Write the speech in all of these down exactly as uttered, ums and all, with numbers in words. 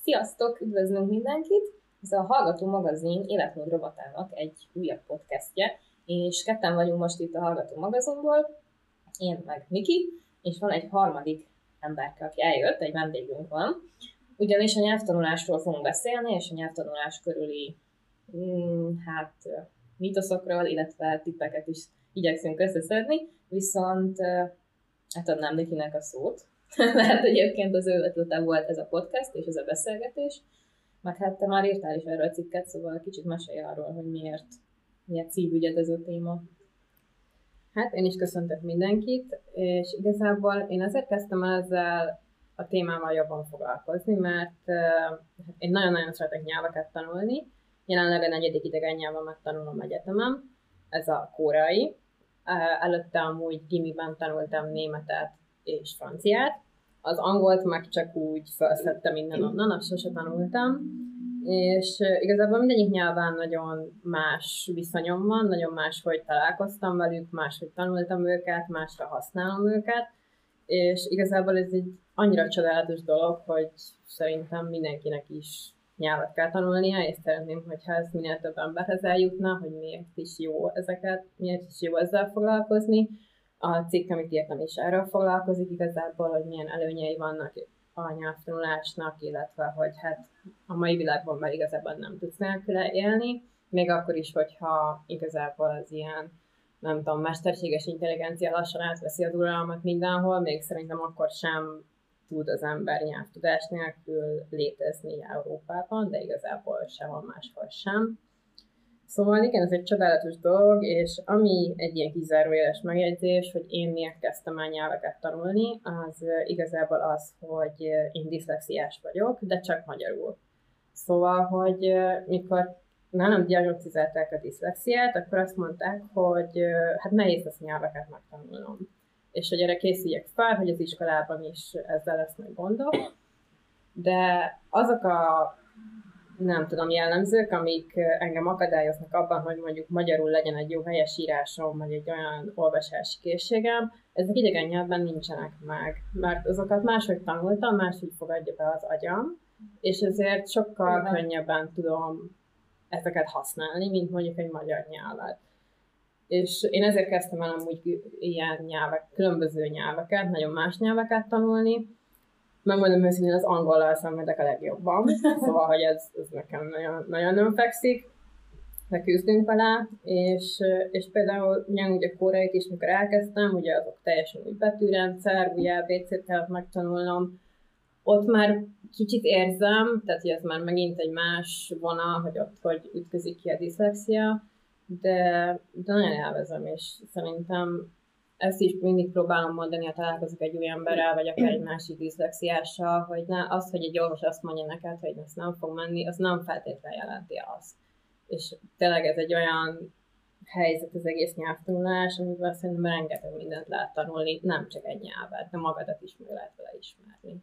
Sziasztok, üdvözlünk mindenkit! Ez a Hallgató Magazin életmód rovatának egy újabb podcastje, és ketten vagyunk most itt a Hallgató Magazinból, én meg Miki, és van egy harmadik emberke, aki eljött, egy vendégünk van, ugyanis a nyelvtanulásról fogunk beszélni, és a nyelvtanulás körüli mm, hát mítoszokról, illetve tippeket is igyekszünk összeszedni, viszont hát adnám Nikinek a szót. Mert egyébként az ő ötlete volt ez a podcast és ez a beszélgetés. Meg hát te már írtál is erről a cikket, szóval kicsit mesélj arról, hogy miért, miért szívügyed ez a téma. Hát én is köszöntök mindenkit, és igazából én azért kezdtem el ezzel a témával jobban foglalkozni, mert uh, én nagyon-nagyon szeretek nyelveket tanulni. Jelenleg a negyedik idegen nyelvemet tanulom egyetemen, ez a koreai. Uh, előtte amúgy gimiben tanultam németet és franciát. Az angolt meg csak úgy felszedtem innen onnan, azt sose tanultam. És igazából mindegyik nyelven nagyon más viszonyom van, nagyon máshogy találkoztam velük, máshogy tanultam őket, másra használom őket. És igazából ez egy annyira csodálatos dolog, hogy szerintem mindenkinek is nyelvet kell tanulnia, és szeretném, hogyha ez minél több emberhez eljutna, hogy miért is jó ezeket, miért is jó ezzel foglalkozni. A cikk, amit írtam is erről foglalkozik igazából, hogy milyen előnyei vannak a nyelvtanulásnak, illetve hogy hát a mai világban már igazából nem tudsz nélküle élni, még akkor is, hogyha igazából az ilyen, nem tudom, mesterséges intelligencia lassan átveszi az uralmat mindenhol, még szerintem akkor sem tud az ember nyelvtudás nélkül létezni Európában, de igazából sehol máshol sem. Szóval igen, ez egy csodálatos dolog, és ami egy ilyen kizárójeles megjegyzés, hogy én miért kezdtem el nyelveket tanulni, az igazából az, hogy én diszlexiás vagyok, de csak magyarul. Szóval, hogy mikor nálam diagnosztizálták a diszlexiát, akkor azt mondták, hogy hát nehéz lesz nyelveket megtanulnom. És hogy erre készüljek fel, hogy az iskolában is ezzel lesznek gondok. De azok a nem tudom, jellemzők, amik engem akadályoznak abban, hogy mondjuk magyarul legyen egy jó helyesírásom, vagy egy olyan olvasási készségem, ezek idegen nyelvben nincsenek meg, mert azokat máshogy tanultam, máshogy fogadja be az agyam, és ezért sokkal uh-huh. könnyebben tudom ezeket használni, mint mondjuk egy magyar nyelvet. És én ezért kezdtem el amúgy ilyen nyelvek, különböző nyelveket, nagyon más nyelveket tanulni. Megmondom őszintén, az angollal szenvedek a legjobban, szóval, hogy ez, ez nekem nagyon, nagyon nem fekszik, de küzdünk vele, és, és például ugyanúgy a koreait is, mikor elkezdtem, ugye azok teljesen új betűrendszer, új á bé cét kellett megtanulnom, ott már kicsit érzem, tehát hogy ez már megint egy más vonal, hogy ott hogy ütközik ki a diszlexia, de, de nagyon élvezem, és szerintem ezt is mindig próbálom mondani, ha találkozok egy új emberrel, vagy akár egy másik diszlexiással, hogy ne, az, hogy egy orvos azt mondja neked, hogy ez nem fog menni, az nem feltétlenül jelenti azt. És tényleg ez egy olyan helyzet az egész nyelvtanulás, amiben szerintem rengeteg mindent lehet tanulni, nem csak egy nyelvet, de magadat is meg lehet vele ismerni.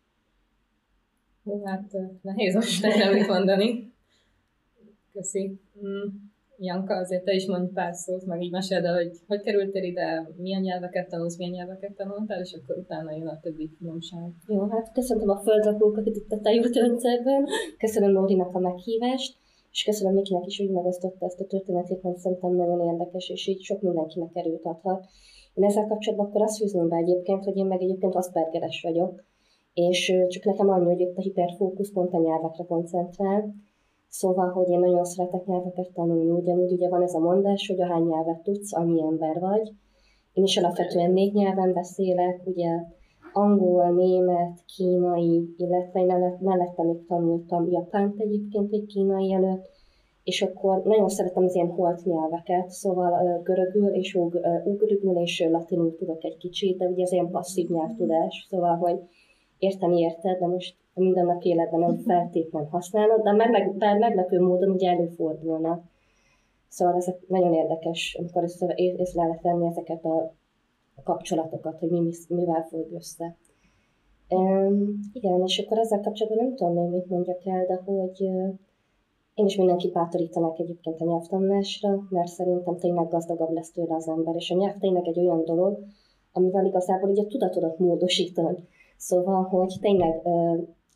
Jó, hát nehéz most erre mit mondani. Köszi. Mm. Janka, azért te is mondj pár szót, meg így meséld el, hogy hogy kerültél ide, milyen nyelveket tanulsz, milyen nyelveket tanultál, és akkor utána jön a többi finomság. Jó, hát köszöntöm a földlakókat itt a tejútrendszerben, köszönöm Nórinak a meghívást, és köszönöm Mikinek is, hogy megosztotta ezt a történetét, mert szerintem nagyon érdekes, és így sok mindenkinek erőt adhat. Én ezzel kapcsolatban akkor azt fűzném be egyébként, hogy én meg egyébként Aspergeres vagyok, és csak nekem annyi, hogy itt a hiperfókusz pont a nyelvekre koncentrál. Szóval, hogy én nagyon szeretek nyelveket tanulni, ugyanúgy ugye van ez a mondás, hogy ahány nyelvet tudsz, annyi ember vagy. Én is alapvetően négy nyelven beszélek, ugye angol, német, kínai, illetve én mellette még tanultam japánt egyébként egy kínai előtt, és akkor nagyon szeretem az ilyen holt nyelveket, szóval görögül és ugrigül és latinul tudok egy kicsit, de ugye ez ilyen passzív nyelvtudás, szóval, hogy érteni érted, de most a mindennapi életben nem feltétlenül használod, de meg, bár meglepő módon ugye előfordulnak. Szóval ezek nagyon érdekes, amikor észre lehet venni ezeket a kapcsolatokat, hogy mi, mivel folyik össze. Um, igen, és akkor ezzel kapcsolatban nem tudom még mit mondjak el, de hogy uh, én is mindenkit bátorítanak egyébként a nyelvtanulásra, mert szerintem tényleg gazdagabb lesz tőle az ember, és a nyelv tényleg egy olyan dolog, amivel igazából így a tudatodat módosítod. Szóval, hogy tényleg uh,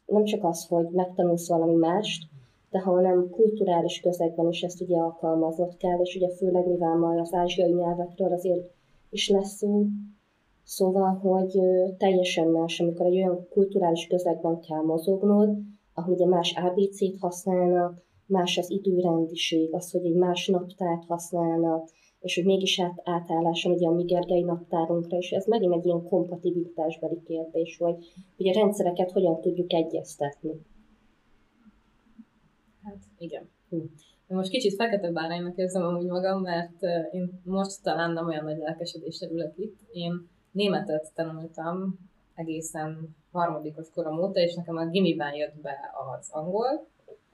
nem csak az, hogy megtanulsz valami mást, de hanem kulturális közegben is ezt ugye alkalmazott kell, és ugye főleg mivel majd az ázsiai nyelvekről azért is lesz szó, szóval, hogy teljesen más, amikor egy olyan kulturális közegben kell mozognod, ahol ugye más á bé cét használnak, más az időrendiség, az, hogy egy más naptárt használnak, és hogy mégis át, átálláson ugye a mi gergely naptárunkra, és ez megint egy ilyen kompatibilitásbeli kérdés, hogy ugye a rendszereket hogyan tudjuk egyeztetni. Hát igen. Hm. Most kicsit fekete báránynak érzem amúgy magam, mert én most talán nem olyan nagy lelkesedésre ülök itt. Én németet tanultam egészen harmadikos korom óta, és nekem a gimiben jött be az angol.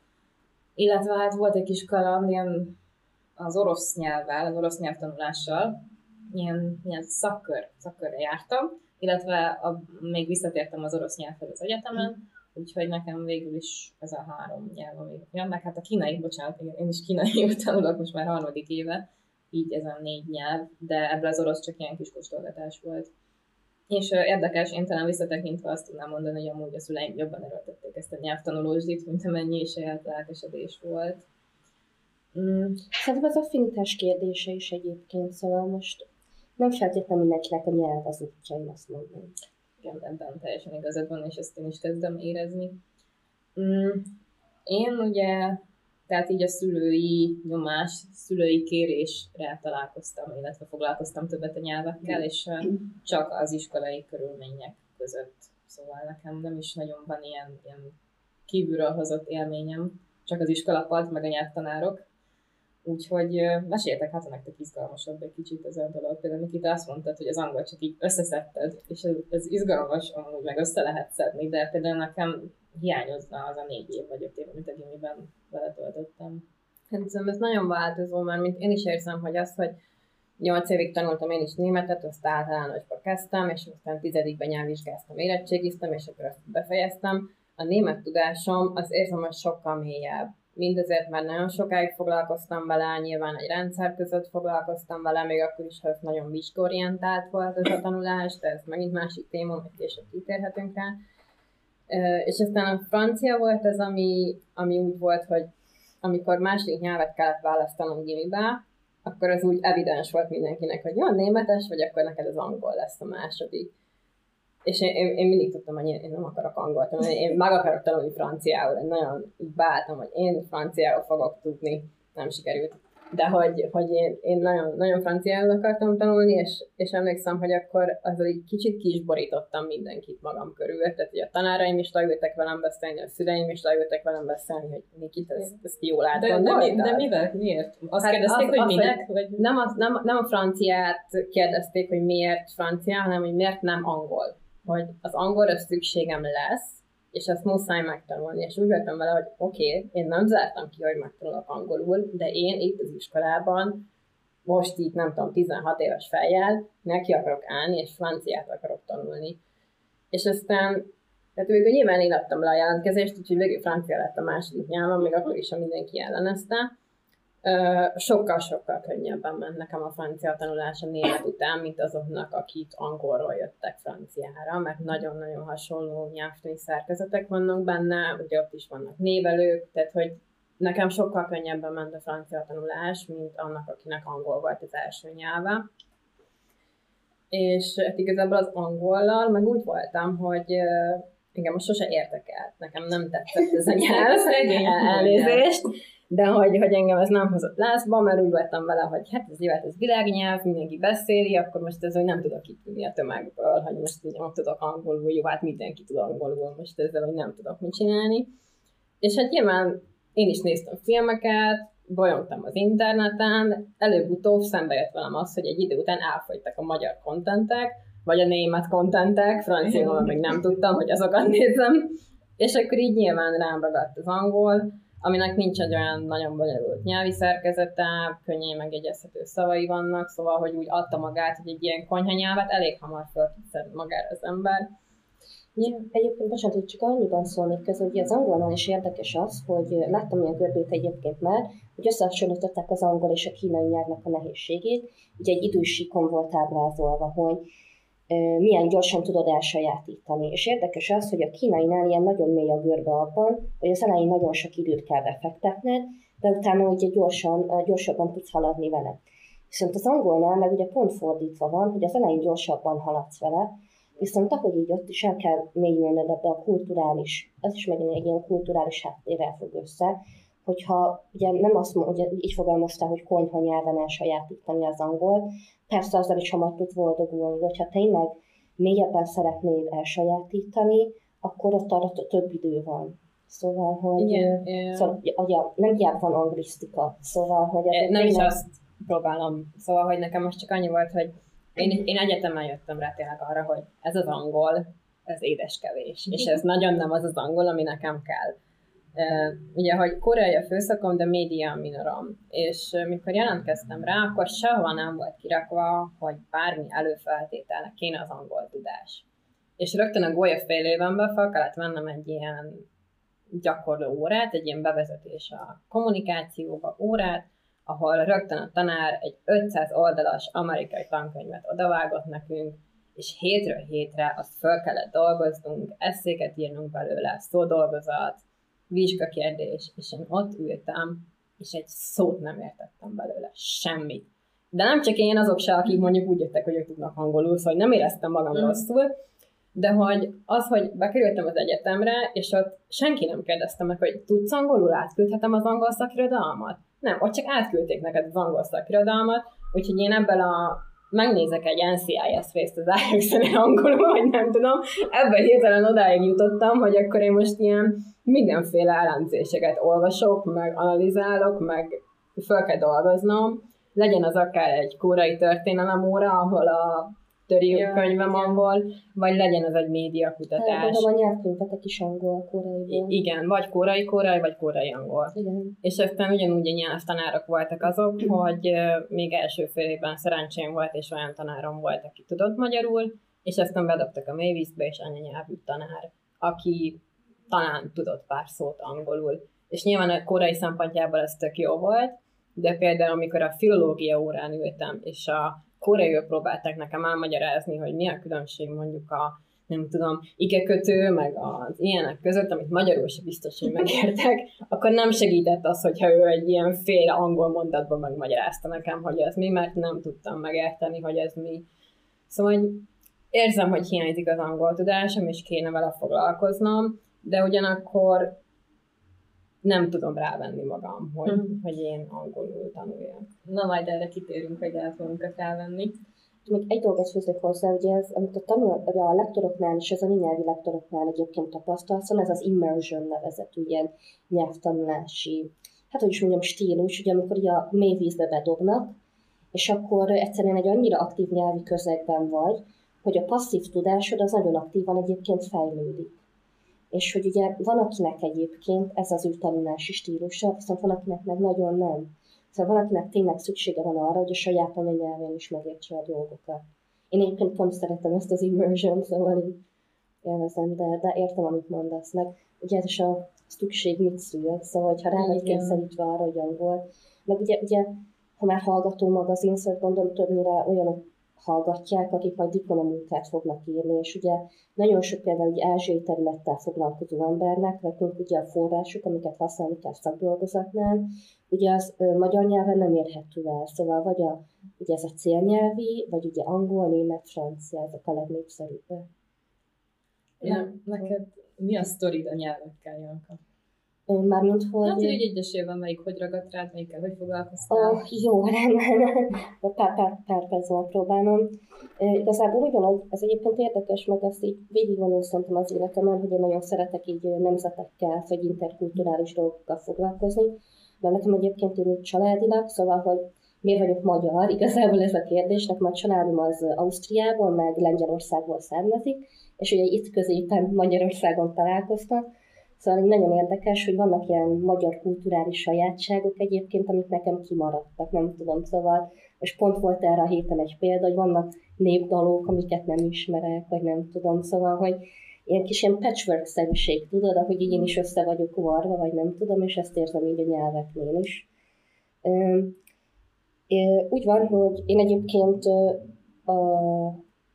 Illetve hát volt egy kis kaland ilyen az orosz nyelvvel, az orosz nyelvtanulással, ilyen, ilyen szakkör, szakkörre jártam, illetve a, még visszatértem az orosz nyelvhez az egyetemen, úgyhogy nekem végül is ez a három nyelv, ami jön, meg hát a kínai, bocsánat, én is kínai tanulok most már harmadik éve, így ez a négy nyelv, de ebből az orosz csak ilyen kis kóstolgatás volt. És uh, érdekes, én talán visszatekintve azt tudnám mondani, hogy amúgy a szüleim jobban erőltették ezt a nyelvtanulósdit, mint amennyi saját lelkesedés volt. Mm. Szerintem ez affinitás kérdése is egyébként, szóval most nem feltétlenül mindenkinek a nyelv az útja, én azt mondom. Igen, ebben teljesen igazad van, és ezt én is kezdem érezni. Mm. Én ugye, tehát így a szülői nyomás, szülői kérésre találkoztam, illetve foglalkoztam többet a nyelvekkel, és csak az iskolai körülmények között. Szóval nekem nem is nagyon van ilyen, ilyen kívülről hozott élményem, csak az iskolapad, meg a nyelvtanárok. Úgyhogy meséltek, hát nektek izgalmasabb egy kicsit ez a dolog. Például Nikita azt mondtad, hogy az angol csak így összeszedted, és ez, ez izgalmas, amúgy meg össze lehet szedni, de például nekem hiányozna az a négy év vagy öt év, amit a gimiben vele töltöttem. Szerintem ez nagyon változó, mert mint én is érzem, hogy az, hogy nyolc évig tanultam én is németet, azt általánosba kezdtem, és aztán tizedikben nyelvvizsgáztam, érettségiztem, és akkor azt befejeztem. A német tudásom, az érzem, hogy sokkal mélyebb. Mindezért már nagyon sokáig foglalkoztam vele, nyilván egy rendszer között foglalkoztam vele, még akkor is, ha ez nagyon vizsgorientált volt ez a tanulás, de ez megint másik téma, hogy később kitérhetünk rá. És aztán a francia volt az, ami, ami úgy volt, hogy amikor második nyelvet kellett választanom gimibe, akkor az úgy evidens volt mindenkinek, hogy jó, németes, vagy akkor neked az angol lesz a második. És én, én, én mindig tudtam, hogy én nem akarok angolt tanulni, én meg akarok tanulni franciául, én nagyon így beálltam, hogy én franciául fogok tudni, nem sikerült. De hogy, hogy én, én nagyon, nagyon franciául akartam tanulni, és, és emlékszem, hogy akkor azzal így kicsit ki is borítottam mindenkit magam körül. Tehát, hogy a tanáraim is leültek velem beszélni, a szüleim is leültek velem beszélni, hogy Nikit, ezt, ezt jól átgondolni. De, de, de mivel? Miért? Azt hát kérdezték, az, hogy az, minek? Hogy vagy... nem, az, nem, nem a franciát kérdezték, hogy miért francia, hanem hogy miért nem angol. Hogy az angolra szükségem lesz, és ezt muszáj megtanulni. És úgy voltam vele, hogy oké, okay, én nem zártam ki, hogy megtanulok angolul, de én itt az iskolában, most itt nem tudom, tizenhat éves fejjel, neki akarok állni, és franciát akarok tanulni. És aztán, tehát végül nyilván én adtam le a jelentkezést, úgyhogy végül francia lett a második nyelven, még akkor is, ha mindenki ellenezte. Sokkal-sokkal könnyebben ment nekem a francia tanulás a német után, mint azoknak, akik angolról jöttek franciára, mert nagyon-nagyon hasonló nyelvtani szerkezetek vannak benne, ugye ott is vannak névelők, tehát hogy nekem sokkal könnyebben ment a francia tanulás, mint annak, akinek angol volt az első nyelve. És hát igazából az angollal meg úgy voltam, hogy engem most sose érdekelt, nekem nem tetszett ez a nyelv, elnézést, de hogy, hogy engem ez nem hozott lázba, mert úgy voltam vele, hogy hát ez jó, hát ez világnyelv, mindenki beszéli, akkor most ez, hogy nem tudok kitűnni a tömegből, hogy most ugye nem tudok angolul, jó, hát mindenki tud angolul, most ezzel, hogy nem tudok mit csinálni. És hát nyilván én is néztem filmeket, bolyongtam az interneten, előbb-utóbb szembe jött velem az, hogy egy idő után elfogytak a magyar kontentek, vagy a német kontentek, franciául meg nem tudtam, hogy azokat nézem, és akkor így nyilván rám ragadt az angol, aminek nincs egy olyan nagyon bonyolult nyelvi szerkezete, könnyen megjegyezhető szavai vannak, szóval, hogy úgy adta magát, hogy egy ilyen konyhanyelvet elég hamar fel tud szedni magára az ember. Ja, egyébként bocsánat, hogy csak annyiban szólnék közül, hogy az angolnál is érdekes az, hogy láttam ilyen görbét egyébként már, hogy összehasonlították az angol és a kínai nyelvnek a nehézségét. Ugye egy idősíkon volt ábrázolva, hogy milyen gyorsan tudod elsajátítani. És érdekes az, hogy a kínainál ilyen nagyon mély a görbe abban, hogy az elején nagyon sok időt kell befektetned, de utána ugye gyorsan, gyorsabban tudsz haladni vele. Viszont az angolnál meg ugye pont fordítva van, hogy az elején gyorsabban haladsz vele, viszont ahogy így ott is el kell mélyülned ebbe a kulturális, ez is megint egy ilyen kulturális háttérrel fog össze, hogyha ugye nem azt mondja, ugye így fogalmaztál, hogy konyha nyelven elsajátítani az angol, persze azzal is hamar tudsz boldogulni, de hogyha tényleg mélyebben szeretnéd elsajátítani, akkor ott arra több idő van. Szóval, hogy igen, igen. Szóval, ugye, nem hiába van anglisztika, szóval, hogy ez nem is azt próbálom, szóval, hogy nekem most csak annyi volt, hogy én, én egyetemen jöttem rá tényleg arra, hogy ez az angol, ez édeskevés, és ez nagyon nem az az angol, ami nekem kell. Uh, ugye, hogy koreai a főszakom, de média a minorom. És uh, mikor jelentkeztem rá, akkor sehova nem volt kirakva, hogy bármi előfeltételnek kéne az angol tudás. És rögtön a gólyafél évenben fel kellett vennem egy ilyen gyakorló órát, egy ilyen bevezetés a kommunikációba órát, ahol rögtön a tanár egy ötszáz oldalas amerikai tankönyvet odavágott nekünk, és hétről hétre azt fel kellett dolgoznunk, eszéket írnunk belőle, szódolgozat, vizsgakérdés, és én ott ültem, és egy szót nem értettem belőle, semmit. De nem csak én, azok se, akik mondjuk úgy jöttek, hogy ők tudnak angolul, szóval nem éreztem magam mm. rosszul, de hogy az, hogy bekerültem az egyetemre, és ott senki nem kérdezte meg, hogy tudsz angolul, átküldhetem az angol szakirodalmat? Nem, ott csak átküldték neked az angol szakirodalmat, úgyhogy én ebből a megnézek egy en cé i es részt az i e lux-en angolul, vagy nem tudom, ebben hirtelen odáig jutottam, hogy akkor én most ilyen mindenféle elemzéseket olvasok, meg analizálok, meg fel kell dolgoznom. Legyen az akár egy koreai történelem óra, ahol a törő könyvem angol, vagy legyen az egy médiakutatás. De a nyelvkönyvetek is angol, koreai. Igen, vagy koreai, koreai, vagy koreai angol. Igen. És aztán ugyanúgy a nyelvtanárok voltak azok, hogy még első fél évben szerencsém volt, és olyan tanárom volt, aki tudott magyarul, és aztán bedobtak a mélyvízbe, és anyanyelvű tanár, aki talán tudott pár szót angolul. És nyilván a korai szempontjából ez tök jó volt, de például amikor a filológia órán ültem, és a koreaiul próbálták nekem elmagyarázni, hogy mi a különbség mondjuk a, nem tudom, igekötő, meg az ilyenek között, amit magyarul sem biztos, hogy megértek, akkor nem segített az, hogyha ő egy ilyen fél angol mondatban megmagyarázta nekem, hogy ez mi, mert nem tudtam megérteni, hogy ez mi. Szóval érzem, hogy hiányzik az angol tudásom, és kéne vele foglalkoznom, de ugyanakkor nem tudom rávenni magam, hogy, mm. hogy én angolul tanuljak. Na, majd erre kitérünk, hogy lehet magunkat rávenni. Még egy dolgot főzök hozzá, ugye ez, amit a, tanul, a lektoroknál és az anyanyelvi lektoroknál egyébként tapasztalsz, ez az immersion nevezetű ilyen nyelvtanulási, hát hogy is mondjam, stílus, ugye amikor ugye a mély vízbe bedobnak, és akkor egyszerűen egy annyira aktív nyelvi közegben vagy, hogy a passzív tudásod az nagyon aktívan egyébként fejlődik. És hogy ugye van, akinek egyébként ez az ő tanulási stílusa, viszont van, akinek meg nagyon nem. Szóval van, akinek tényleg szüksége van arra, hogy a saját anyanyelvén is megértse a dolgokat. Én egyébként pont szeretem ezt az immersion, szóval így élvezem, de, de értem, amit mondasz meg. Ugye ez is a szükség mit szül, szóval hogyha rá vagy kényszerítve arra, hogy angol. Meg ugye, ugye, ha már hallgató magazin, szóval gondolom többnyire olyanok hallgatják, akik majd diplomamunkát fognak írni, és ugye nagyon sok például ugye ázsiai területtel foglalkozó embernek, nekünk ugye a források, amiket használni kell szakdolgozatnál, ugye az ö, magyar nyelven nem érhető el, szóval vagy a, ugye ez a célnyelvi, vagy ugye angol, német, francia, ezek a legnépszerűbbek. Nem, neked mi a sztorid a nyelvekkel, Janka? Mármint, hogy... Hát, hogy egy egyesével melyik hogy ragadt rád, melyikkel hogy foglalkoztál? Oh, jó, rendben. Pár, pár, pár percben próbálom. E, igazából ugyanúgy, ez egyébként érdekes, meg ezt így végigvonul szerintem az életemben, hogy én nagyon szeretek így nemzetekkel, vagy interkulturális dolgokkal foglalkozni. Mert nekem egyébként én családilag, szóval, hogy miért vagyok magyar, igazából ez a kérdés, nekem a családom az Ausztriából, meg Lengyelországból származik, és ugye itt középen Magyarországon találkoztam. Szóval nagyon érdekes, hogy vannak ilyen magyar kulturális sajátságok egyébként, amik nekem kimaradtak, nem tudom, szóval most pont volt erre a héten egy példa, hogy vannak népdalok, amiket nem ismerek, vagy nem tudom, szóval, hogy ilyen kis ilyen patchwork-szerűség, tudod, ahogy így én is össze vagyok varva, vagy nem tudom, és ezt érzem így a nyelveknél is. Úgy van, hogy én egyébként a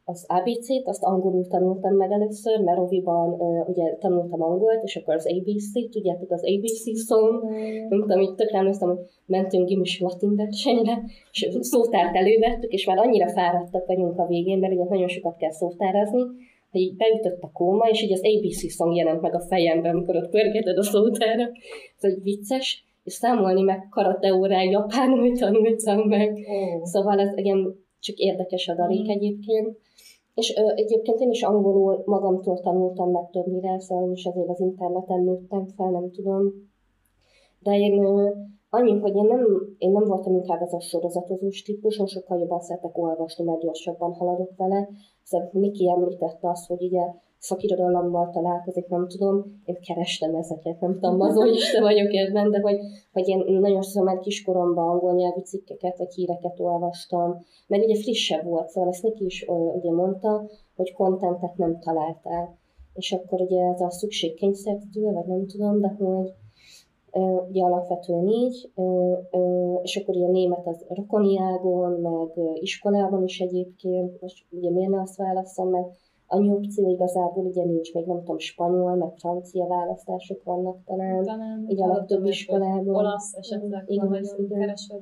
az á bé cét, azt angolul tanultam meg először, mert oviban uh, ugye tanultam angolt, és akkor az á bé cé, tudjátok, az á bé cé song, mm. nem tudom, így tökre emlékszem, hogy mentünk gimis latin versenyre, és szótárt elővettük, és már annyira fáradtak vagyunk a végén, mert ugye nagyon sokat kell szótárazni, hogy így beütött a kóma, és így az á bé cé song jelent meg a fejemben, amikor ott pörgeted a szótárat. Ez egy vicces, és számolni meg karate órán japánul tanultam meg. Oh. Szóval ez igen, csak érdekes adalék mm. egyébként. És ö, egyébként én is angolul magamtól tanultam meg többnyire, szóval is azért az interneten nőttem fel, nem tudom. De én ö, annyi, hogy én nem, én nem voltam inkább ez a sorozatozós típus, én sokkal jobban szeretek olvasni, mert gyorsabban haladok vele. Szóval Niki említette azt, hogy ugye szakirodalommal találkozik, nem tudom, én kerestem ezeket, nem tudom, mazolista vagyok ebben, de hogy, hogy én nagyon sokszor már kiskoromban angol nyelvű cikkeket vagy híreket olvastam, meg ugye frissebb volt, szóval ezt Niki is ugye mondta, hogy contentet nem találtál. És akkor ugye ez a szükségkényszertől, vagy nem tudom, de hogy ugye alapvetően így, és akkor ugye német az rokoni ágon, meg iskolában is egyébként, most ugye miért ne azt válasszam meg, annyi opció igazából ugye nincs, még nem tudom, spanyol, meg francia választások vannak talán, talán így a több iskolában. Olasz esetleg, igen, vagy keresed.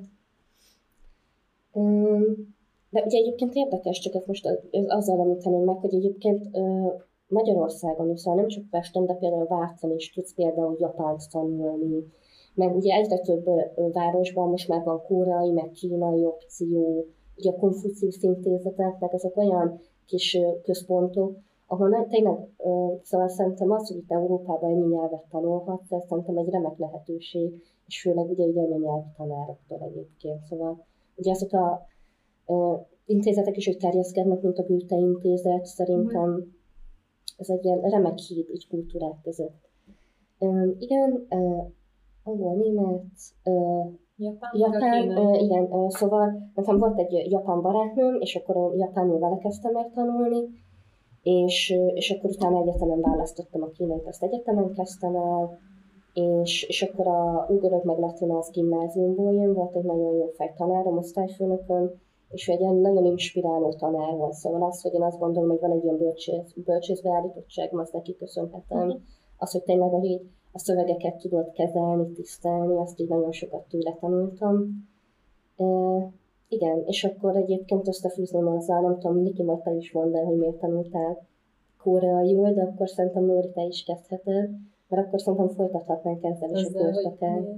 De ugye egyébként érdekes, csak ezt most azzal említeném meg, hogy egyébként Magyarországon is, szóval nem csak Pesten, de például Vácon is tudsz például japánt tanulni, meg ugye egyre több városban most már van koreai, meg kínai opció, ugye a Konfuciusz intézetek, meg azok olyan kis központok, ahol tényleg, szóval szerintem az, hogy itt Európában ennyi nyelvet tanulhatsz, ez szerintem egy remek lehetőség, és főleg ugye egy anyanyelvi tanároktól egyébként. Szóval ugye azok a intézetek is, hogy terjeszkednek, mint a Goethe intézet, szerintem mm. ez egy ilyen remek híd így kultúrák között. Um, igen, uh, angol, német, uh, japán, japán uh, igen, uh, szóval nekem volt egy japán barátnőm, és akkor én japánul vele kezdtem el tanulni, és, és akkor utána egyetemen választottam a kínait, azt egyetemen kezdtem el, és, és akkor a ugorok meg latin az gimnáziumból jön, volt egy nagyon jó fej tanárom, osztályfőnököm, és egy nagyon inspiráló tanár volt, szóval az, hogy én azt gondolom, hogy van egy ilyen bölcsész, bölcsészbeállítottságom, azt neki köszönhetem. Mm-hmm. Az, hogy tényleg, hogy így a szövegeket tudod kezelni, tisztelni, azt így nagyon sokat tőle tanultam. E, igen, és akkor egyébként összefűzném azzal, nem tudom, Niki, majd te is mondd el, hogy miért tanultál koreaiul, de akkor szerintem Lóri, te is kezdheted, mert akkor szerintem folytathatnánk ezzel is a körtökkel.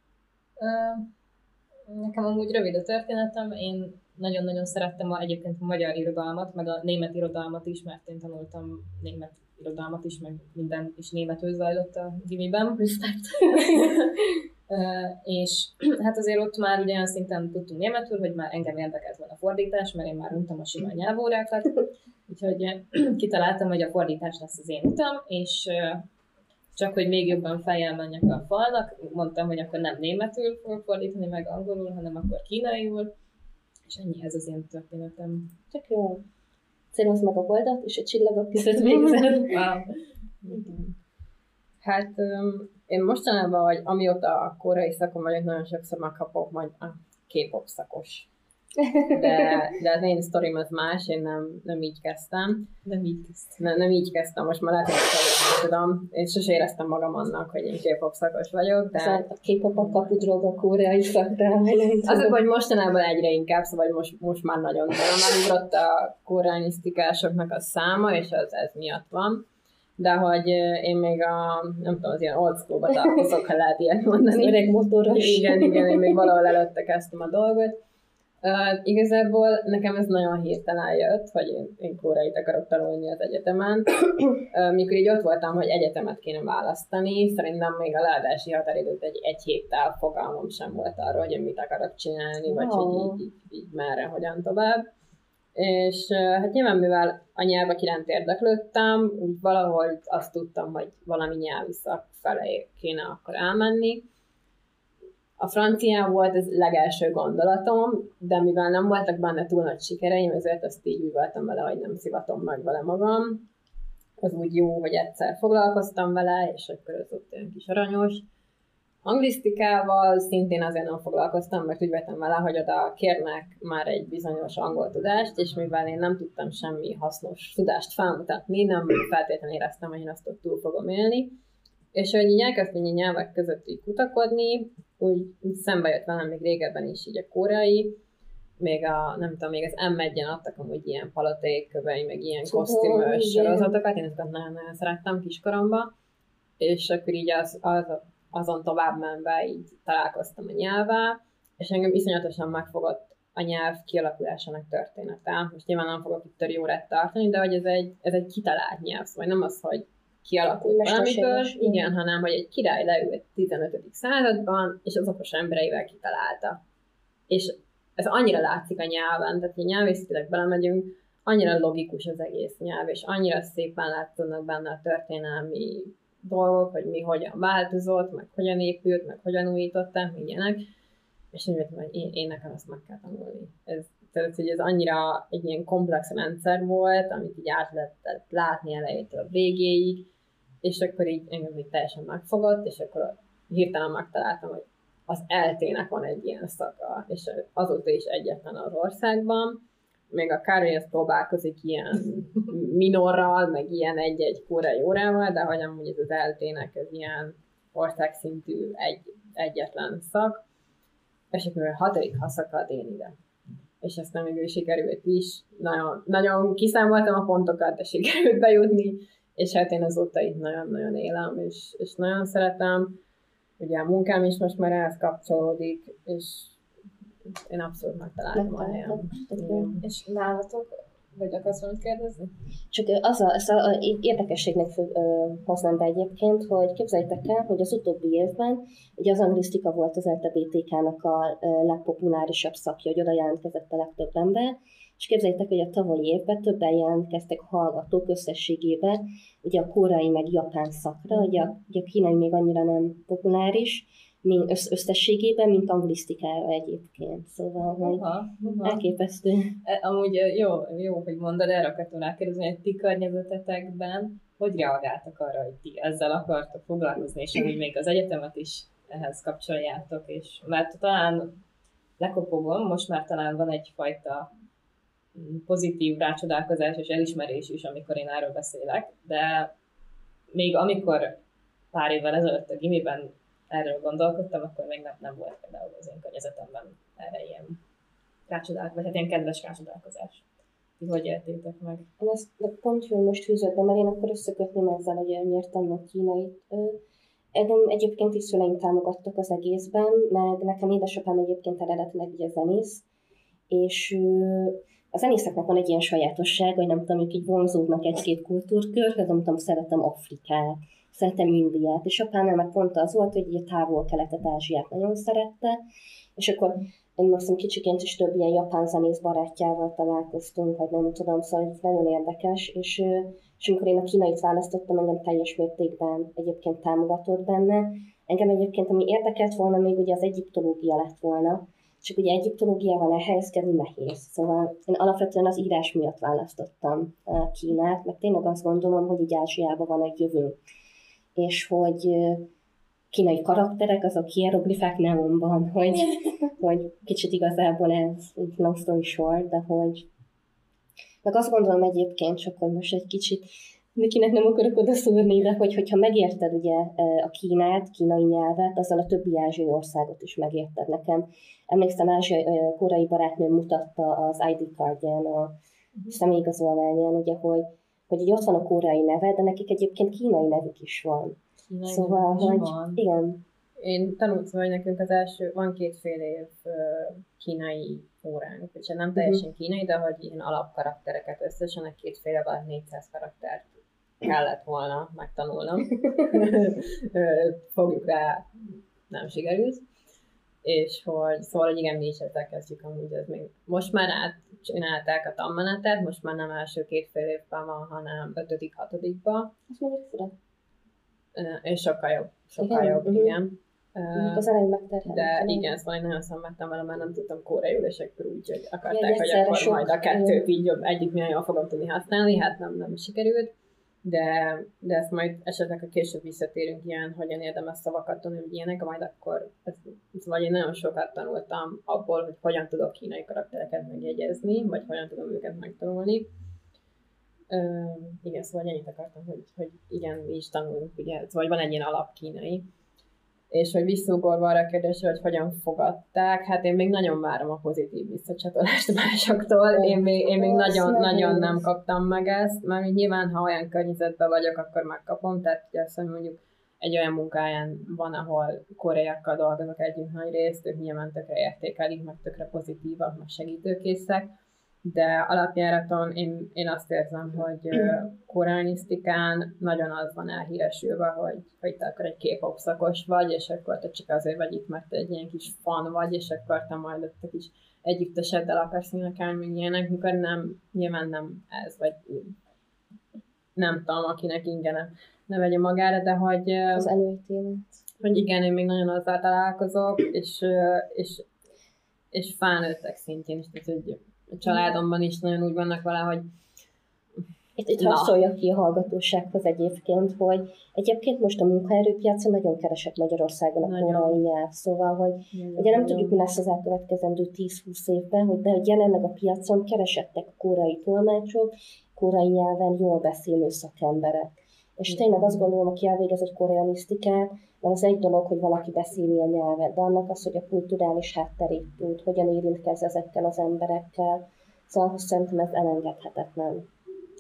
Nekem amúgy rövid a történetem, én nagyon-nagyon szerettem a, egyébként a magyar irodalmat, meg a német irodalmat is, mert én tanultam német irodalmat is, meg minden is németül zajlott a gimiben. Respect! És hát azért ott már ugye olyan szinten tudtunk németül, hogy már engem érdekelt volna a fordítás, mert én már untam a sima nyelvórákat, úgyhogy kitaláltam, hogy a fordítás lesz az én utam, és csak hogy még jobban fejjel menjek a falnak, mondtam, hogy akkor nem németül fogok fordítani, meg angolul, hanem akkor kínaiul, és ennyi, ez az én történetem. Tök jó. Célozd meg a holdat, és a csillagok között végzed. Wow. Hát um, én mostanában, vagy amióta a koreai szakon vagyok, nagyon sokszor megkapok majd a K-pop szakos. De, de az én sztorim az más, én nem, nem így kezdtem. Nem így kezdtem. Nem, nem így kezdtem, most már lehet, hogy ezt tudom. Én sose éreztem magam annak, hogy én K-pop szakos vagyok, de... Szóval a K-pop a kapudrog a koreai szakra. Azok, hogy mostanában egyre inkább, szóval most, most már nagyon megugrott a koreanisztikásoknak a száma, és az ez miatt van. De hogy én még a, nem tudom, az ilyen old school-ba tartozok, ha lehet ilyet mondani. Az öreg motoros. Igen, igen, én még valahol előtte kezdtem a dolgot. Uh, igazából nekem ez nagyon hirtelen jött, hogy én, én koreait akarok tanulni az egyetemen. Uh, mikor így ott voltam, hogy egyetemet kéne választani, szerintem még a leadási határidőt egy, egy héttel fogalmam sem volt arról, hogy én mit akarok csinálni, vagy hogy így, így, így merre, hogyan tovább. És uh, hát nyilván, mivel a nyelvek iránt érdeklődtem, úgy valahol azt tudtam, hogy valami nyelvi szak felé kéne akkor elmenni. A francia volt az legelső gondolatom, de mivel nem voltak benne túl nagy sikereim, ezért azt így úgy voltam vele, hogy nem szivatom meg vele magam. Az úgy jó, hogy egyszer foglalkoztam vele, és akkor az ott olyan kis aranyos. Anglisztikával szintén azért nem foglalkoztam, mert úgy vettem vele, hogy oda kérnek már egy bizonyos angol tudást, és mivel én nem tudtam semmi hasznos tudást felmutatni, nem feltétlenül éreztem, hogy én azt ott túl fogom élni. És hogy így elkezdtem így nyelvek között így kutakodni, úgy, úgy szembe jött velem még régebben is így a koreai, még a, nem tudom, még az em egyen adtak amúgy ilyen palotékövei, meg ilyen kosztümös sorozatokat, én ezeket nagyon-nagyon szerettem kiskoromban, és akkor így az, az, azon tovább menve így találkoztam a nyelvvel, és engem iszonyatosan megfogott a nyelv kialakulásának története. Most nyilván nem fogok itt töri órát tartani, de hogy ez egy, ez egy kitalált nyelv, szóval nem az, hogy kialakult valamiből, igen, hanem hogy egy király leült tizenötödik században, és az okos embereivel kitalálta. És ez annyira látszik a nyelven, tehát hogy nyelvészetileg belemegyünk, annyira logikus az egész nyelv, és annyira szépen látszódnak benne a történelmi dolgok, hogy mi hogyan változott, meg hogyan épült, meg hogyan újították, meg ilyenek, és úgy vettem, hogy én, én nekem azt meg kell tanulni. Ez, tehát, hogy ez annyira egy ilyen komplex rendszer volt, amit így át lehetett látni elejétől a végéig, és akkor így engem így teljesen megfogott, és akkor hirtelen megtaláltam, hogy az é té nek van egy ilyen szaka, és azóta is egyetlen az országban. Még a Károly az próbálkozik ilyen minorral, meg ilyen egy-egy koreai órával, de hogy amúgy ez az é té nek ez ilyen országszintű egy, egyetlen szak, és akkor a hatodik ha szakad én ide. És aztán végül sikerült is, nagyon, nagyon kiszámoltam a pontokat, de sikerült bejutni, és hát én azóta itt nagyon-nagyon élem, és, és nagyon szeretem. Ugye a munkám is most már ehhez kapcsolódik, és én abszolút megtaláltam a helyem. És nálatok, vagy akarsz valamit kérdezni? Csak az a, az a érdekességnek hoznám be egyébként, hogy képzeljétek el, hogy az utóbbi évben ugye az anglisztika volt az el té bé té ká-nak a legpopulárisabb szakja, hogy oda jelentkezett a legtöbb ember, és képzeljétek, hogy a tavalyi évben többen jelentkeztek hallgatók összességében, ugye a koreai meg japán szakra, ugye a, ugye a kínai még annyira nem populáris, mint összességében, mint anglisztikára egyébként. Szóval, hogy Uha, uha. elképesztő. Amúgy jó, jó, hogy mondod, erre akartam rákérdezni, hogy ti környezetetekben hogy reagáltak arra, hogy ti ezzel akartok foglalkozni, és hogy még az egyetemet is ehhez kapcsoljátok, és mert talán lekopogom, most már talán van egyfajta pozitív rácsodálkozás és elismerés is, amikor én erről beszélek, de még amikor pár évvel ezelőtt a gimiben erről gondolkodtam, akkor még nem, nem volt például az én környezetemben erre ilyen rácsodálkozás, vagy hát ilyen kedves rácsodálkozás. Ti hogy éltétek meg? Én ezt pont jól most fűzött be, mert én akkor összekötném ezzel, hogy miért tanulok kínait. Engem egyébként is szüleim támogattak az egészben, meg nekem édesapám egyébként eredetileg ugye zenész, és a zenészeknek van egy ilyen sajátosság, hogy nem tudom, ők így vonzódnak egy-két kultúrkör, nem tudom, szeretem Afrikát, szeretem Indiát, és apánál meg pont az volt, hogy így a távol-keletet, Ázsiát nagyon szerette, és akkor én most kicsiként is több ilyen japán zenész barátjával találkoztunk, vagy nem tudom, szóval nagyon érdekes, és, és amikor én a kínait választottam, engem teljes mértékben egyébként támogatott benne. Engem egyébként, ami érdekelt volna, még ugye az egyiptológia lett volna, csak ugye egyiptológiával elhelyezkedni nehéz. Szóval én alapvetően az írás miatt választottam Kínát, meg tényleg azt gondolom, hogy így Ázsiában van egy jövő. És hogy kínai karakterek, azok hieroglifák neonban, hogy, hogy kicsit igazából ez long story short, de hogy meg azt gondolom egyébként csak, hogy most egy kicsit Nikinek nem akarok oda szúrni, de hogy, hogyha megérted ugye a Kínát, kínai nyelvet, azzal a többi ázsiai országot is megérted. Nekem emlékszem, ázsiai, koreai barátnőm mutatta az i dé cardján, a személyigazolványán, ugye, hogy, hogy így ott van a koreai neve, de nekik egyébként kínai nevük is van. Kínai szóval, hogy van. Igen. Én tanultam, hogy nekünk az első, van kétfél év kínai óránk, és nem teljesen kínai, de hogy ilyen alapkaraktereket összesen, egy kétfél év alatt négyszáz karaktert kellett volna megtanulnom. Fogjuk rá, nem sikerült. És hogy, szóval, hogy igen, mi is ezzel kezdjük amúgy, ez még most már átcsinálták a tanmenetet, most már nem első két-fél évben van, hanem ötödik, hatodikban. Ez mondjuk fura. És sokkal jobb, sokkal igen? jobb, uh-huh. igen. Uh, az elején megterhelni. De igen, szóval én nagyon szenvedtem vele, mert nem tudtam koreaiul, és akkor úgy, hogy akarták, igen, hogy akkor sok, majd a kettőt így jobb, együtt milyen jól fogom tudni használni, hát nem, nem sikerült. de, de ezt majd esetleg a később visszatérünk ilyen, hogyan érdemes szavakat tanulni, hogy ilyenek, majd akkor, ez, ez vagy én nagyon sokat tanultam abból, hogy hogyan tudok kínai karaktereket megjegyezni, vagy hogyan tudom őket megtanulni. Uh, igen, szóval ennyit akartam, hogy, hogy igen, mi is tanulunk, ugye, szóval van egy ilyen alapkínai. És hogy visszaugorva arra a kérdésre, hogy hogyan fogadták, hát én még nagyon várom a pozitív visszacsatolást másoktól. Én még, én még nagyon, nagyon nem kaptam meg ezt, mert nyilván, ha olyan környezetben vagyok, akkor megkapom. Tehát ugye azt, hogy mondjuk egy olyan munkáján van, ahol koreaiakkal dolgozok együtt nagy részt, ők nyilván tökre értékelik, meg tökre pozitívak, meg segítőkészek. De alapjáraton én, én azt érzem, hogy koreanisztikán nagyon az van elhíresülve, hogy, hogy te akkor egy K-pop szakos vagy, és akkor te csak azért vagy itt, mert te egy ilyen kis fan vagy, és akkor te majd ott a kis együtteseddel akarsz énekelni, még ilyenek, mikor nem, nyilván nem ez, vagy nem tudom, akinek ingyen ne vegye magára, de hogy... Az előítélet. Hogy igen, én még nagyon azzal találkozok, és, és, és felnőttek szintjén is, tehát hogy a családomban is nagyon úgy vannak vele, hogy Itt, itt haszolja ki a hallgatósághoz egyébként, hogy egyébként most a munkaerőpiacon nagyon keresett Magyarországon a koreai nyelv, szóval, hogy nagyon, ugye nem nagyon. Tudjuk, mi lesz az elkövetkezendő tíz-húsz évben, hogy de jelenleg a piacon keresettek a koreai tolmácsok, koreai nyelven jól beszélő szakemberek. És tényleg azt gondolom, aki elvégez egy koreanisztikát, mert az egy dolog, hogy valaki beszéli a nyelvet, de annak az, hogy a kulturális hátterét tud, hogyan érintkezz ezekkel az emberekkel. Szóval szerintem ez elengedhetetlen.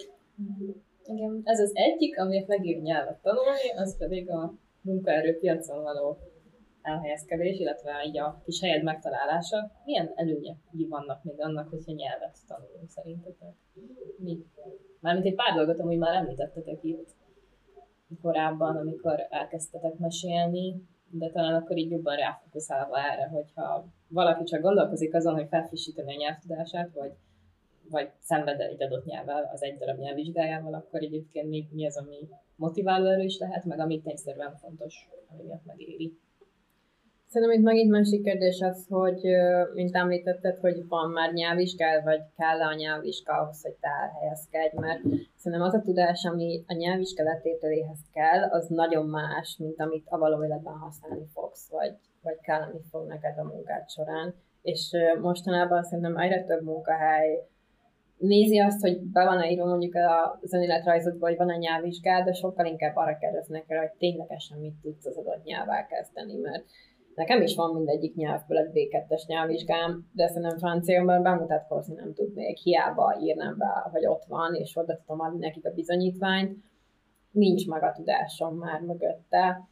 Igen, ez az egyik, amiért megír nyelvet tanulni, az pedig a munkaerőpiacon való elhelyezkedés, illetve így a kis helyed megtalálása. Milyen előnyei vannak még annak, hogyha nyelvet tanulunk szerintetek? Mi? Mármint egy pár dolgot amúgy már említettetek itt korábban, amikor elkezdtetek mesélni, de talán akkor így jobban ráfokuszálva erre, hogyha valaki csak gondolkozik azon, hogy felfrissíteni a nyelvtudását, vagy, vagy szenved egy adott nyelvvel, az egy darab nyelvvizsgájával, akkor egyébként mi, mi az, ami motiváló erő is lehet, meg ami tényszerűen fontos, ami miatt megéri. Szerintem itt megint másik kérdés az, hogy mint említetted, hogy van már nyelvvizsgál, vagy kell a nyelvvizsga ahhoz, hogy te elhelyezkedj, mert szerintem az a tudás, ami a nyelvvizsga letételéhez kell, az nagyon más, mint amit a való életben használni fogsz, vagy, vagy kelleni fog neked a munkád során. És mostanában szerintem egyre több munkahely nézi azt, hogy be van írva mondjuk az önéletrajzodban, hogy van a nyelvvizsgád, de sokkal inkább arra kérdeznek rá, hogy ténylegesen mit tudsz az adott nyelvvel kezdeni, mert nekem is van mindegyik nyelvből egy bé kettes nyelvvizsgám, de szerintem franciául bemutatkozni nem tudnék, hiába írnám be, hogy ott van, és oda tudom adni nekik a bizonyítványt. Nincs meg a tudásom már mögötte.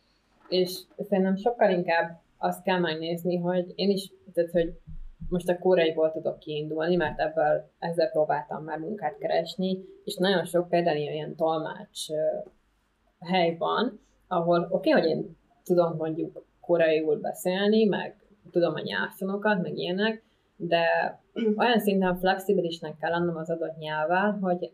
És szerintem sokkal inkább azt kell megnézni, hogy én is, tehát, hogy most a koreaiból tudok kiindulni, mert ebből, ezzel próbáltam már munkát keresni, és nagyon sok például ilyen tolmács hely van, ahol oké, okay, hogy én tudom mondjuk koreaiul beszélni, meg tudom a nyelvtanokat, meg ilyenek, de olyan szinten flexibilisnek kell lennem az adott nyelvvel, hogy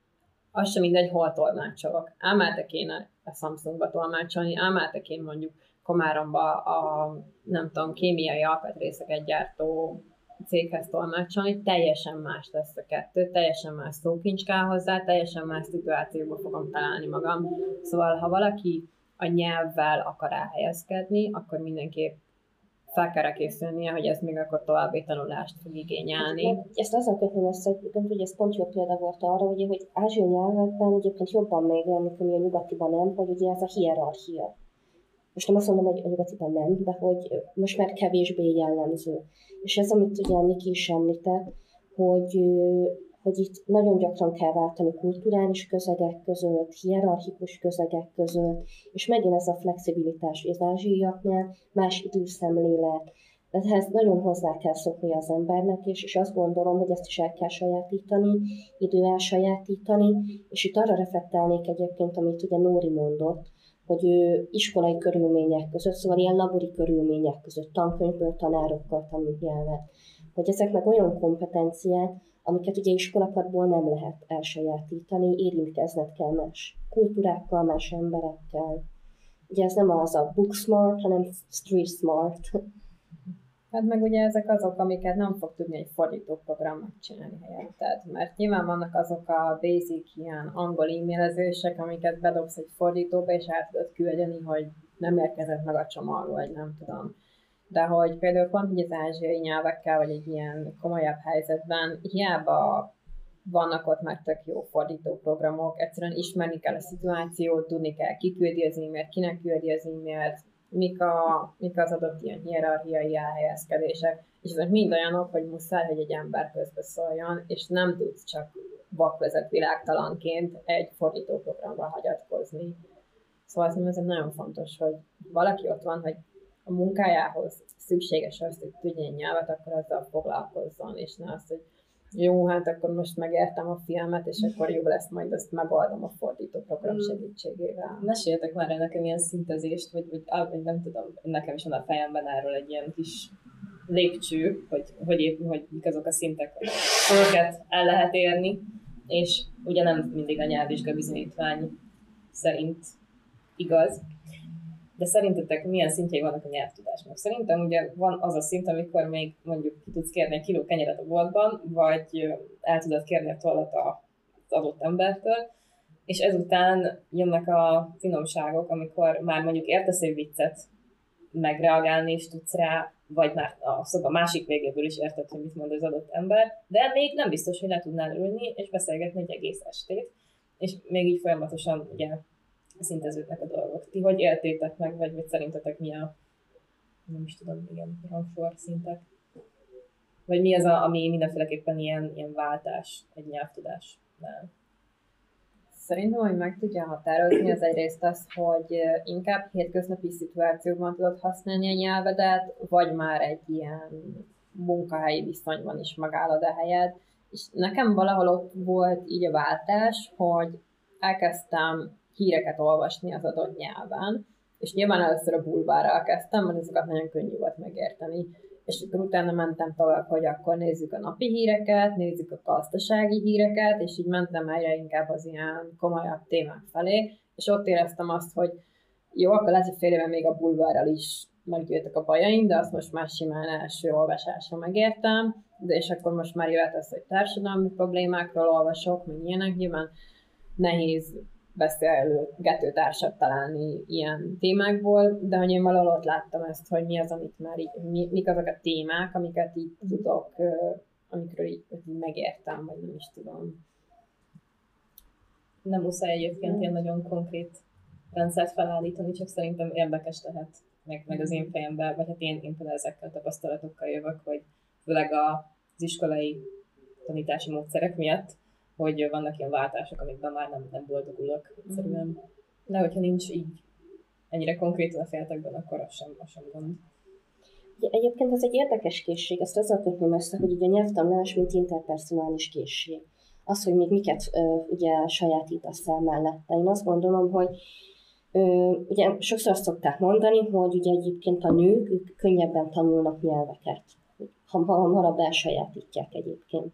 az sem mindegy, hol tolmácsolok. Elmehetek én a Samsungba tolmácsolni, elmehetek én mondjuk Komáromba a, nem tudom, kémiai alkatrészeket gyártó céghez tolmácsolni, teljesen más lesz a kettő, teljesen más szókincs kell hozzá, teljesen más szituációba fogom találni magam. Szóval, ha valaki a nyelvvel akar elhelyezkedni, akkor mindenképp fel kell készülnie, hogy ez még akkor további tanulást fog igényelni. Ezt azzal kötném össze, hogy ez pont jó példa volt arra, ugye, hogy ázsiai nyelvekben egyébként jobban megjelenik, ami a nyugatiban nem, hogy ugye ez a hierarchia. Most nem azt mondom, hogy a nyugatiban nem, de hogy most már kevésbé jellemző. És ez, amit ugye Niki is említett, hogy, hogy itt nagyon gyakran kell váltani kulturális közegek között, hierarchikus közegek között, és megint ez a flexibilitás, hogy az ázsiaiaknál más időszemlélet, de ehhez nagyon hozzá kell szokni az embernek, és, és azt gondolom, hogy ezt is el kell sajátítani, idő elsajátítani, és itt arra reflektálnék egyébként, amit ugye Nóri mondott, hogy ő iskolai körülmények között, szóval ilyen labori körülmények között, tankönyvből, tanárokkal tanult nyelvet, hogy ezek meg olyan kompetenciák, amiket ugye iskolapadból nem lehet elsajátítani, érintkezned kell más kultúrákkal, más emberekkel. Ugye ez nem az a book smart, hanem street smart. Hát meg ugye ezek azok, amiket nem fog tudni egy fordítóprogram megcsinálni helyetted, mert nyilván vannak azok a basic ilyen angol e-mailezések, amiket bedobsz egy fordítóba, és el tudod küldeni, hogy nem érkezett meg a csomag, vagy nem tudom. De hogy például pont így az ázsiai nyelvekkel, vagy egy ilyen komolyabb helyzetben, hiába vannak ott már tök jó fordítóprogramok, egyszerűen ismerni kell a szituációt, tudni kell, ki küldi az e-mailt, kinek küldi az e-mailt, mik, a, mik az adott ilyen hierarchiai elhelyezkedések, és ezek mind olyanok, hogy muszáj, hogy egy ember közbeszóljon, és nem tudsz csak vakvezet világtalanként egy fordítóprogramra hagyatkozni. Szóval azt mondom, ez nagyon fontos, hogy valaki ott van, hogy a munkájához szükséges az, hogy tudjon nyelvet, akkor azzal foglalkozzon, és ne azt, hogy jó, hát akkor most megértem a filmet, és akkor jobb lesz, majd azt megoldom a fordítóprogram segítségével. Meséljetek már el nekem ilyen szintezést, vagy, vagy, vagy nem tudom, nekem is van a fejemben erről egy ilyen kis lépcső, hogy, hogy, épp, hogy mik azok a szintek, amiket el lehet érni, és ugye nem mindig a nyelvvizsga bizonyítvány szerint igaz. De szerintetek milyen szintjei vannak a nyelvtudásnak? Szerintem ugye van az a szint, amikor még mondjuk ki tudsz kérni egy kiló kenyeret a boltban, vagy el tudod kérni a tollat az adott embertől, és ezután jönnek a finomságok, amikor már mondjuk értesz egy viccet, megreagálni is tudsz rá, vagy már a szoba másik végéből is érted, hogy mit mond az adott ember, de még nem biztos, hogy le tudnál ülni és beszélgetni egy egész estét, és még így folyamatosan ugye szinteződnek a dolgok. Ti hogy éltétek meg, vagy, vagy szerintetek mi a, nem is tudom, igen, rangsor szintek? Vagy mi az, a, ami mindenféleképpen ilyen, ilyen váltás egy nyelvtudásnál? Szerintem, hogy meg tudja határozni, az egyrészt az, hogy inkább hétköznapi szituációkban tudod használni a nyelvedet, vagy már egy ilyen munkahelyi viszonyban is megállod a helyed. És nekem valahol ott volt így a váltás, hogy elkezdtem híreket olvasni az adott nyelven, és nyilván először a bulvárral kezdtem, mert azokat nagyon könnyű volt megérteni. És akkor utána mentem tovább, hogy akkor nézzük a napi híreket, nézzük a gazdasági híreket, és így mentem egyre inkább az ilyen komolyabb témák felé, és ott éreztem azt, hogy jó, akkor lehet, hogy fél éve még a bulvárral is meggyűltek a bajaim, de azt most már simán első olvasásra megértem, de és akkor most már jöhet az, hogy társadalmi problémákról olvasok, meg ilyenek, nyilván nehéz beszélgetőtársat találni ilyen témákból, de hogy én valahol ott láttam ezt, hogy mi az, amit már így, mi, mik azok a témák, amiket így tudok, amikről így, így megértem, vagy nem is tudom. Nem muszáj egyébként ilyen nagyon konkrét rendszert felállítani, csak szerintem érdekes lehet, meg, meg az én fejemben, vagy hát én, én például ezekkel a tapasztalatokkal jövök, hogy főleg az iskolai tanítási módszerek miatt, hogy vannak ilyen váltások, amikben már nem, nem boldogulok egyszerűen. De hogyha nincs így ennyire konkrétan a fejetekben, akkor az sem, az sem gond. Egyébként ez egy érdekes készség, ezt azzal kötném össze, hogy ugye a nyelvtanulás, mint interpersonális készség. Az, hogy még miket uh, ugye sajátítasz el mellette. Én azt gondolom, hogy uh, ugye sokszor azt szokták mondani, hogy ugye egyébként a nők ők könnyebben tanulnak nyelveket, ha hamarabb elsajátítják egyébként.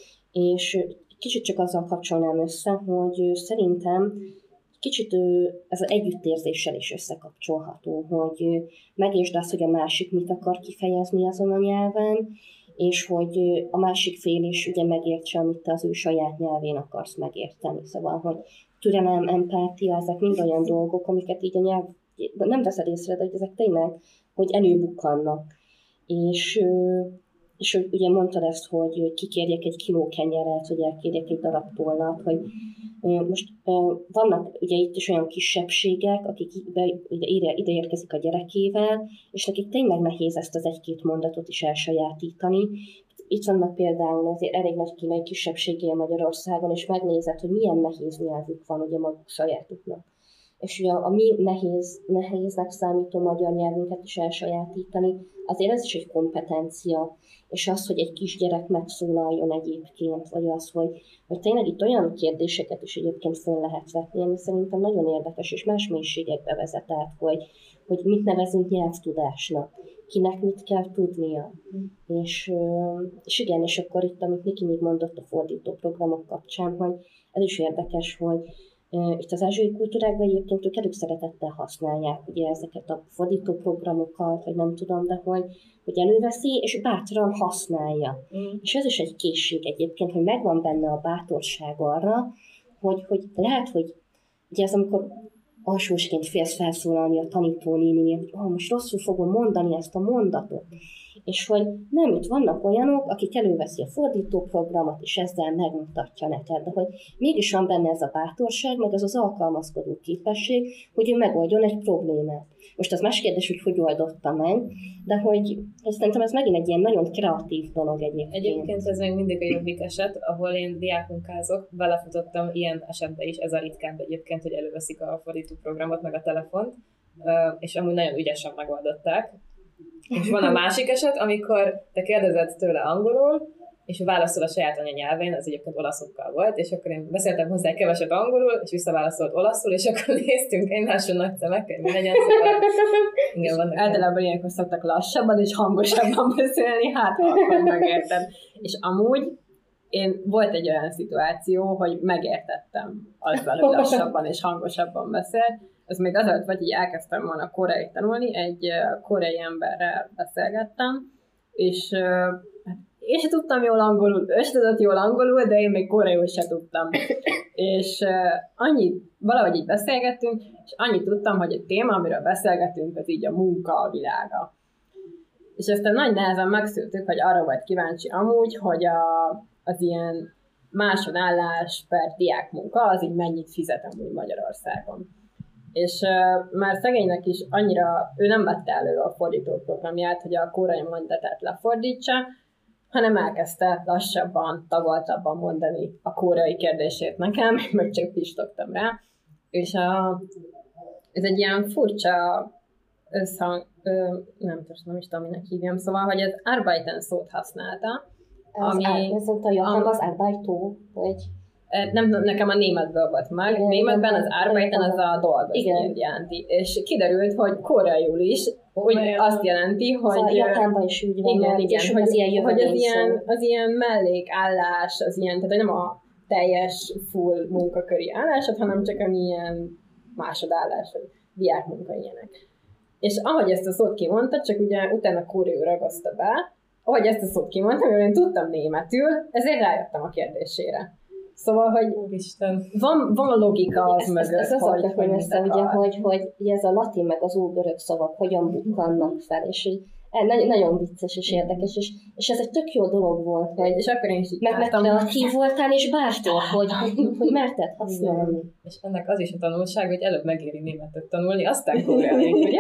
És kicsit csak azzal kapcsolnám össze, hogy szerintem kicsit ez az együttérzéssel is összekapcsolható, hogy megértsd azt, hogy a másik mit akar kifejezni azon a nyelven, és hogy a másik fél is ugye megértse, amit te az ő saját nyelvén akarsz megérteni. Szóval, hogy türelem, empátia, ezek mind olyan dolgok, amiket így a nyelv, nem veszed észre, de hogy ezek tényleg, hogy előbukkannak. És És ugye mondtad ezt, hogy kikérjek egy kiló kenyeret, hogy elkérjek egy darab tollat, hogy most vannak ugye itt is olyan kisebbségek, akik ide, ide érkezik a gyerekével, és nekik tényleg nehéz ezt az egy-két mondatot is elsajátítani. Itt vannak például azért elég nagy kínai kisebbségé Magyarországon, és megnézed, hogy milyen nehéz nyelvük van ugye maguk sajátuknak. És ugye a mi nehéz, nehéznek számító magyar nyelvünket is elsajátítani, azért ez is egy kompetencia, és az, hogy egy kisgyerek megszólaljon egyébként, vagy az, hogy, hogy tényleg itt olyan kérdéseket is egyébként föl lehet vetni, ami szerintem nagyon érdekes, és más mélységekbe vezet át, hogy, hogy mit nevezünk nyelvtudásnak, kinek mit kell tudnia. Mm. És, és igen, és akkor itt, amit Niki még mondott a fordítóprogramok kapcsán, hogy ez is érdekes, hogy Itt az ázsiai kultúrákban egyébként ők előszeretettel használják ugye ezeket a fordítóprogramokat, vagy nem tudom, de hogy, hogy előveszi, és bátran használja. Mm. És ez is egy készség egyébként, hogy megvan benne a bátorság arra, hogy, hogy lehet, hogy ugye ez amikor alsósként félsz felszólalni a tanítónéninél, hogy oh, most rosszul fogom mondani ezt a mondatot. És hogy nem, itt vannak olyanok, akik előveszi a fordítóprogramot, és ezzel megmutatja neked, de hogy mégis van benne ez a bátorság, meg ez az alkalmazkodó képesség, hogy ő megoldjon egy problémát. Most az más kérdés, hogy hogy oldotta meg, de hogy, hogy szerintem ez megint egy ilyen nagyon kreatív dolog egyébként. Egyébként ez még mindig a jobbik eset, ahol én diákmunkázok, belefutottam ilyen esetbe is, ez a ritkább egyébként, hogy előveszik a fordítóprogramot, meg a telefont, és amúgy nagyon ügyesen megoldották. És van a másik eset, amikor te kérdezed tőle angolul, és válaszol a saját anyanyelvén, az egyébként olaszokkal volt, és akkor én beszéltem hozzá keveset angolul, és visszaválaszolt olaszul, és akkor néztünk egymáson nagy szemekkel, mi legyen szóval. Igen, vannak általában ilyenkor szoktak lassabban és hangosabban beszélni, hát akkor megértem. És amúgy én volt egy olyan szituáció, hogy megértettem azzal, hogy lassabban és hangosabban beszél. Ez még azért, vagy így elkezdtem volna koreai tanulni, egy koreai emberrel beszélgettem, és hát én sem tudtam jól angolul, ő sem tudott jól angolul, de én még koreaiul sem tudtam. És annyit, valahogy így beszélgettünk, és annyit tudtam, hogy a téma, amiről beszélgetünk, az így a munka a világa. És aztán nagy nehezen megszültük, hogy arra volt kíváncsi amúgy, hogy a, az ilyen másodállás per diákmunka, az így mennyit fizet amúgy Magyarországon. És uh, már szegénynek is annyira, ő nem vette elő a fordítóprogramját, hogy a koreai mondatát lefordítsa, hanem elkezdte lassabban, tagoltabban mondani a koreai kérdését nekem, meg csak pistogtam rá. És a, ez egy ilyen furcsa összhang, ö, nem tudom, nem is tudom, minek hívjam, szóval, hogy az arbeiten szót használta. Az ami, ez a Japánban az arbeitó, vagy... Nem, nekem a németből volt meg. Igen, németben az arbeiten az a dolgozni jelenti. És kiderült, hogy koreaiul is hogy azt jelenti, hogy... Szóval Japánban is úgy van, igen, igen, hogy, az ilyen, hogy az, ilyen, az ilyen mellékállás, az ilyen, tehát nem a teljes full munkaköri állásod, hanem csak ami ilyen másodállás, vagy diákmunka ilyenek. És ahogy ezt a szót kimondta, csak ugye utána koreaiul ragaszta be, ahogy ezt a szót kimondtam, mivel én tudtam németül, ezért rájöttem a kérdésére. Szóval, hogy Úristen. Van, van logika az ez, mögött, ez, ez hogy, hogy, hogy, össze, ugye, hogy, hogy ez a latin meg az ógörög szavak hogyan bukkannak fel, és így, nagyon, nagyon vicces és érdekes, és, és ez egy tök jó dolog volt, hogy és akkor én is így meg, meg kreatív voltál, és bártól, hogy, hogy, hogy merted használni. És ennek az is a tanulság, hogy előbb megéri németet tanulni, aztán koreaiul, ugye?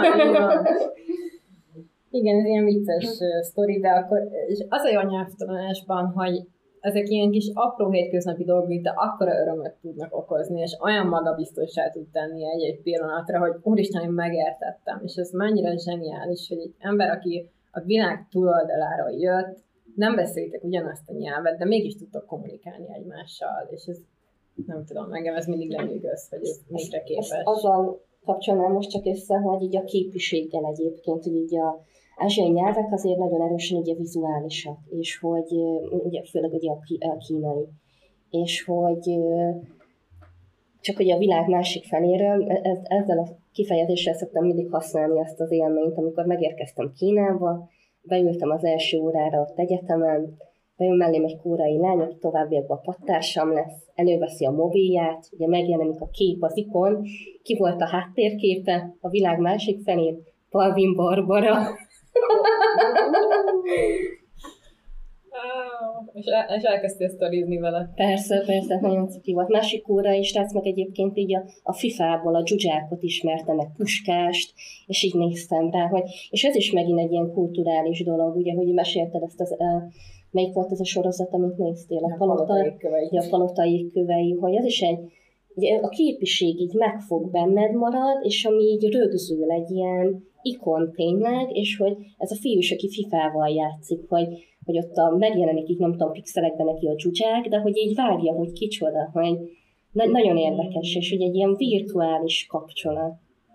Igen, ez ilyen vicces sztori, de akkor és az a jó nyelvtanulásban, hogy ezek ilyen kis apró hétköznapi dolgok, de akkora örömet tudnak okozni, és olyan magabiztossá tud tenni egy-egy pillanatra, hogy úristen, én megértettem. És ez mennyire zseniális, hogy egy ember, aki a világ túloldaláról jött, nem beszéltek ugyanazt a nyelvet, de mégis tudtok kommunikálni egymással, és ez nem tudom, engem ez mindig lenyűgöz, hogy ez mégre képes. Azzal kapcsolnám most csak össze, hogy így a képviséggel egyébként, hogy így a ázsiai nyelvek azért nagyon erősen ugye vizuálisak, és hogy ugye, főleg ugye a kínai, és hogy csak ugye a világ másik feléről, ezzel a kifejezéssel szoktam mindig használni azt az élményt, amikor megérkeztem Kínába, beültem az első órára ott egyetemen, bejön mellém egy koreai lány, aki továbbiakban a pattársam lesz, előveszi a mobilját, ugye megjelenik a kép, az ikon, ki volt a háttérképe, a világ másik felén, Palvin Barbara. és, el, és elkezdtél sztorizni vele. Persze, persze, nagyon cuki volt. Másik koreai srác meg egyébként így a, a fifából a dzsuzsákot ismerte, meg Puskást, és így néztem rá, hogy, és ez is megint egy ilyen kulturális dolog, ugye, hogy mesélted ezt az, uh, melyik volt ez a sorozat, amit néztél, a, a palotai kövei, a palotai kövei, hogy ez is egy, a képiség így meg fog benned marad, és ami így rögzül egy ilyen ikon tényleg, és hogy ez a fiú is, aki fifával játszik, hogy, hogy ott a, megjelenik így, nem tudom, pixelekben neki a dzsuzsák, de hogy így várja, hogy kicsoda, hogy na- nagyon érdekes, és hogy egy ilyen virtuális kapcsolat.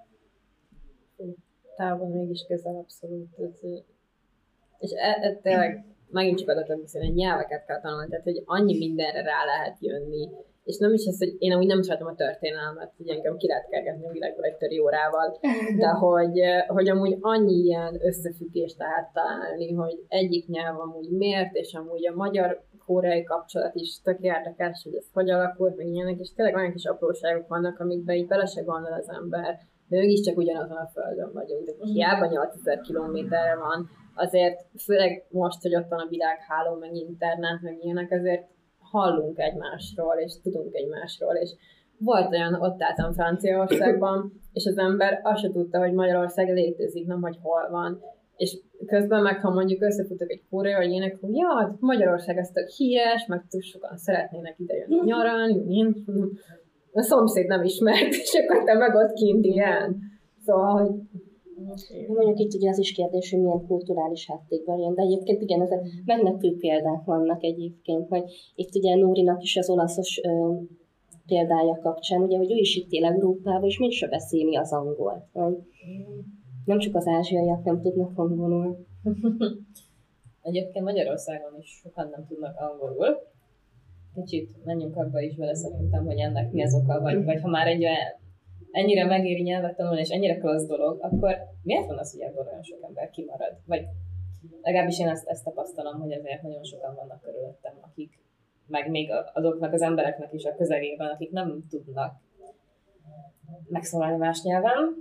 Távol mégis közel, abszolút. És e, e, tényleg megint csak adatok beszélni, nyelveket kell tanulni, tehát hogy annyi mindenre rá lehet jönni, és nem is ez, hogy én amúgy nem szeretem a történelmet, hogy engem ki lehet kergetni a világból egy töri órával, de hogy, hogy amúgy annyi ilyen összefüggést lehet találni, hogy egyik nyelv amúgy miért, és amúgy a magyar-koreai kapcsolat is tök érdekes, hogy ez hogy alakult, meg ilyenek, és tényleg olyan kis apróságok vannak, amikben így bele se gondol az ember, de mégiscsak ugyanazon a földön vagyunk, de hiába nyolcezer kilométerre van, azért főleg most, hogy ott van a világháló, meg internet, meg ilyenek, azért hallunk egymásról, és tudunk egymásról, és volt olyan, ott álltam Franciaországban, és az ember azt se tudta, hogy Magyarország létezik, nem, hogy hol van. És közben meg, ha mondjuk összefutok egy koreai, vagy ilyenek, hogy ja, Magyarország ez tök híres, meg túl sokan szeretnének ide jönni nyaralni, én a szomszéd nem ismert, és akkor te meg ott kint ilyen. Szóval, hogy mondjuk itt ugye az is kérdés, hogy milyen kulturális háttékben jön, de egyébként igen, ezek meglepő példák vannak egyébként, hogy itt ugye Nórinak is az olaszos ö, példája kapcsán, ugye, hogy ő is itt él Európában, és mégse beszéli az angolt. Nem csak az ázsiaiak nem tudnak angolul. Egyébként Magyarországon is sokan nem tudnak angolul. Kicsit menjünk abba is vele szerintem, hogy ennek mi az oka, vagy, vagy ha már egy olyan ennyire megéri nyelvet tanulni, és ennyire klassz dolog, akkor miért van az, hogy ebből olyan sok ember kimarad? Vagy legalábbis én ezt, ezt tapasztalom, hogy ezért nagyon sokan vannak körülöttem, akik, meg még azoknak az embereknek is a közelében, akik nem tudnak megszólalni más nyelven,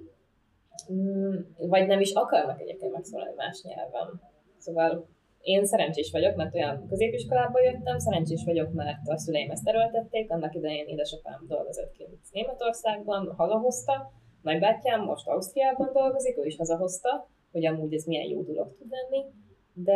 vagy nem is akarnak egyébként megszólalni más nyelven. Szóval én szerencsés vagyok, mert olyan középiskolába jöttem, szerencsés vagyok, mert a szüleim ezt erőltették, annak idején édesapám dolgozott kint Németországban, hazahozta, nagybátyám most Ausztriában dolgozik, ő is hazahozta, hogy amúgy ez milyen jó dolog tud lenni, de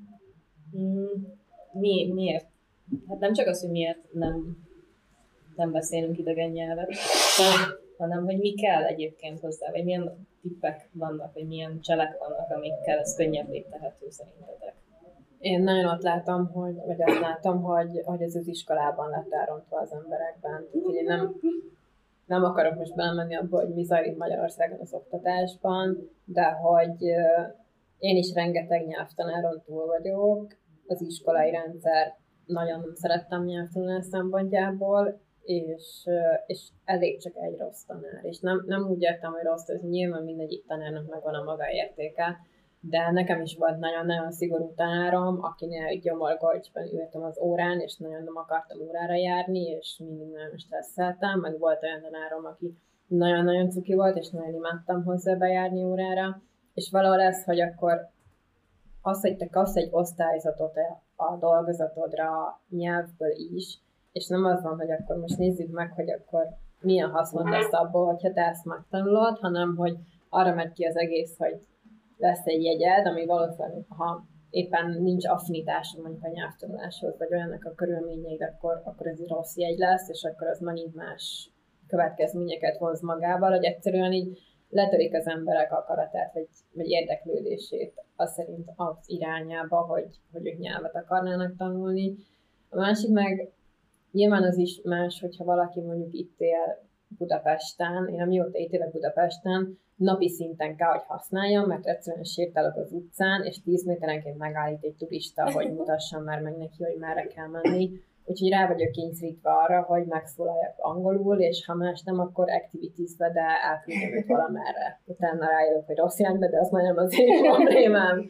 mm, mi, miért? Hát nem csak az, hogy miért nem, nem beszélünk idegen nyelvet, hanem hogy mi kell egyébként hozzá, vagy milyen tippek vannak, vagy milyen cselek vannak, amikkel ez könnyebbé tehető szerintetek. Én nagyon ott látom, hogy, vagy azt látom, hogy, hogy ez az iskolában lett elrontva az emberekben. Tehát, én nem, nem akarok most belemenni abba, hogy mi zajlik Magyarországon az oktatásban, de hogy én is rengeteg nyelvtanáron túl vagyok. Az iskolai rendszer nagyon nem szerettem nyelvtanulás szempontjából, és, és elég csak egy rossz tanár. És nem, nem úgy értem, hogy rossz, hogy nyilván mindegyik tanárnak megvan a maga értéke, de nekem is volt nagyon-nagyon szigorú tanárom, akinél gyomorgolcsban ültem az órán, és nagyon nem akartam órára járni, és mindig nagyon stresszeltem, meg volt olyan tanárom, aki nagyon-nagyon cuki volt, és nagyon imádtam hozzá bejárni órára, és valahol ez, hogy akkor az, hogy te kapsz egy osztályzatot a dolgozatodra nyelvből is, és nem az van, hogy akkor most nézzük meg, hogy akkor milyen haszon lesz abból, hogyha te ezt megtanulod, hanem hogy arra megy ki az egész, hogy lesz egy jegyed, ami valószínűleg, ha éppen nincs affinitásod mondjuk a nyelvtanuláshoz, vagy olyannak a körülményeid, akkor, akkor ez egy rossz jegy lesz, és akkor az megint más következményeket hoz magával, hogy egyszerűen így letörik az emberek akaratát, vagy, vagy érdeklődését az szerint az irányába, hogy, hogy ők nyelvet akarnának tanulni. A másik meg nyilván az is más, hogyha valaki mondjuk itt él Budapesten, én amióta itt élek Budapesten, napi szinten kell, hogy használjam, mert egyszerűen sétálok az utcán, és tíz méterenként megállít egy turista, hogy mutassam már meg neki, hogy merre kell menni. Úgyhogy rá vagyok kényszerítve arra, hogy megszólaljak angolul, és ha más nem, akkor activities-be, de elküldöm őt valamerre. Utána rájövök, hogy rossz irányba, de az már nem az én problémám.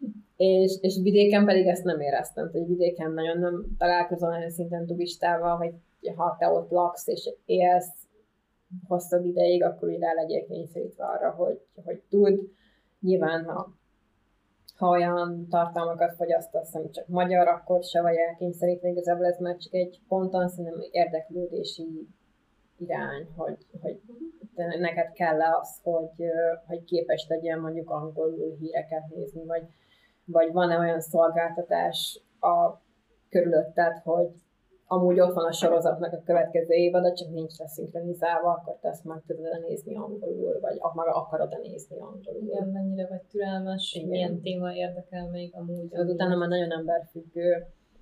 És, és vidéken pedig ezt nem éreztem, hogy vidéken nagyon nem találkozom olyan szinten turistával, hogy ha te ott laksz és élsz hosszabb ideig, akkor úgy rá legyél kényszerítve arra, hogy, hogy tud. Nyilván, ha, ha olyan tartalmakat fogyasztasz, ami csak magyar, akkor se vagy elkényszerítve, igazából ez már csak egy ponton, szerintem érdeklődési irány, hogy, hogy neked kell-e az, hogy, hogy képes legyen mondjuk angolul híreket nézni, vagy, vagy van-e olyan szolgáltatás a körülötted, hogy amúgy ott van a sorozatnak a következő évada, csak nincs leszinkronizálva, akkor te ezt meg tudod nézni angolul, vagy maga akarod nézni angolul. Igen, mennyire vagy türelmes, igen. Milyen téma érdekel még amúgy. Az utána már nagyon emberfüggő.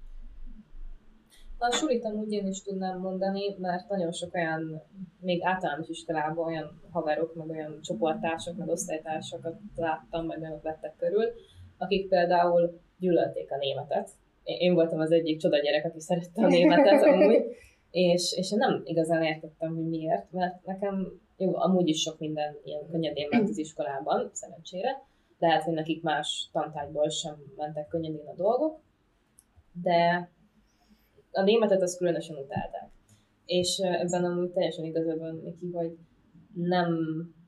A sulit amúgy én is tudnám mondani, mert nagyon sok olyan, még általános iskolában olyan haverok, meg olyan csoporttársak, meg osztálytársakat láttam, meg olyanok vettek körül, akik például gyűlölték a németet. Én voltam az egyik csoda gyerek, aki szerette a németet amúgy, és, és én nem igazán értettem, hogy miért, mert nekem jó, amúgy is sok minden ilyen könnyedén ment az iskolában, szerencsére, lehet, hogy nekik más tantárgyból sem mentek könnyedén a dolgok, de a németet azt különösen utálták. És ebben amúgy teljesen igazad van neki, hogy nem,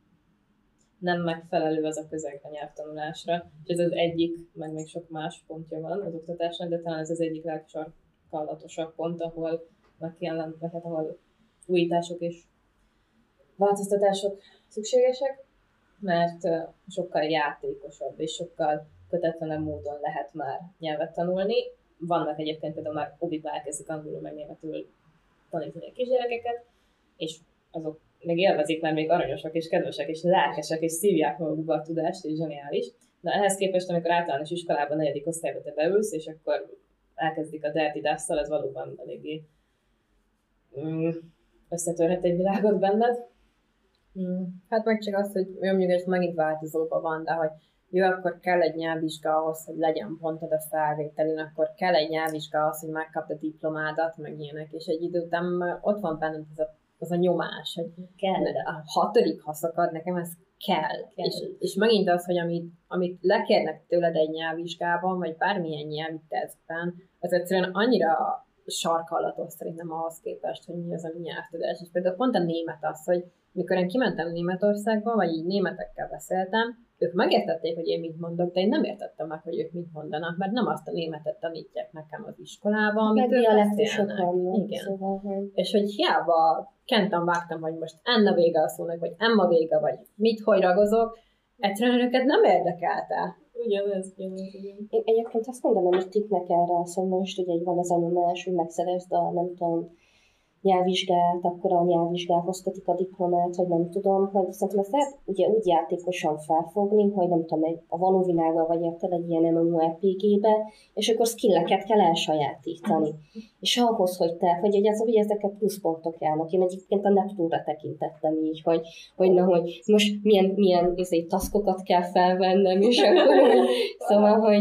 nem megfelelő az a közeg a nyelvtanulásra, és ez az egyik, meg még sok más pontja van az oktatásnak, de talán ez az egyik legsarkallatosabb pont, ahol meg kell, hát ahol újítások és változtatások szükségesek, mert sokkal játékosabb és sokkal kötetlenebb módon lehet már nyelvet tanulni. Vannak egyébként például már obiba elkezdik angolul meg németül tanítani a kisgyerekeket, és azok még élvezik, mert még aranyosak és kedvesek és lelkesek, és szívják magukba a tudást, és zseniális. De ehhez képest, amikor általános iskolában negyedik osztályba te beülsz, és akkor elkezdik a Dirty Dust-tal, ez valóban eléggé mm, összetörhet egy világot benned. Mm. Hát meg csak az, hogy mondjuk ez megint változóban van, de hogy jó, akkor kell egy nyelvvizsga ahhoz, hogy legyen pontod a felvételin, akkor kell egy nyelvvizsga ahhoz, hogy megkapd a diplomádat, meg ilyenek, és egy idő után ott van benned az a, az a nyomás, hogy kell, a hatodik ha szakad, nekem ez kell. kell. És, és megint az, hogy amit, amit lekérnek tőled egy nyelvvizsgában, vagy bármilyen nyelvi tesztben, az egyszerűen annyira sarkallatos szerintem ahhoz képest, hogy mi az a nyelvtudás. És például pont a német az, hogy mikor én kimentem Németországba, vagy így németekkel beszéltem, ők megértették, hogy én mit mondok, de én nem értettem meg, hogy ők mit mondanak, mert nem azt a németet tanítják nekem az iskolában, amit ők beszélnek. Igen. Szóval, hogy... És hogy hiába kentem, vágtam, hogy most enna vége a szónak, vagy emma vége, vagy mit, hogy ragozok, egyszerűen őket nem érdekelte. Ugyanez, ugyanez, igen. Én egyébként azt mondanám, hogy tippnek erre, szóval most ugye van az a nyomás, hogy megszerezd a, nem tudom, nyelvvizsgát, akkor a nyelvvizsgához kötik a diplomát, hogy nem tudom, hogy szerintem ezt lehet ugye úgy játékosan felfogni, hogy nem tudom, egy, a való világgal vagy érted egy ilyen MMORPG-be, és akkor skilleket kell elsajátítani. És ahhoz, hogy te, hogy ez, hogy ezek a pluszpontok járnak. Én egyébként a Neptúra tekintettem így, hogy, hogy na, hogy most milyen, milyen ezért taskokat kell felvennem, és akkor, szóval, hogy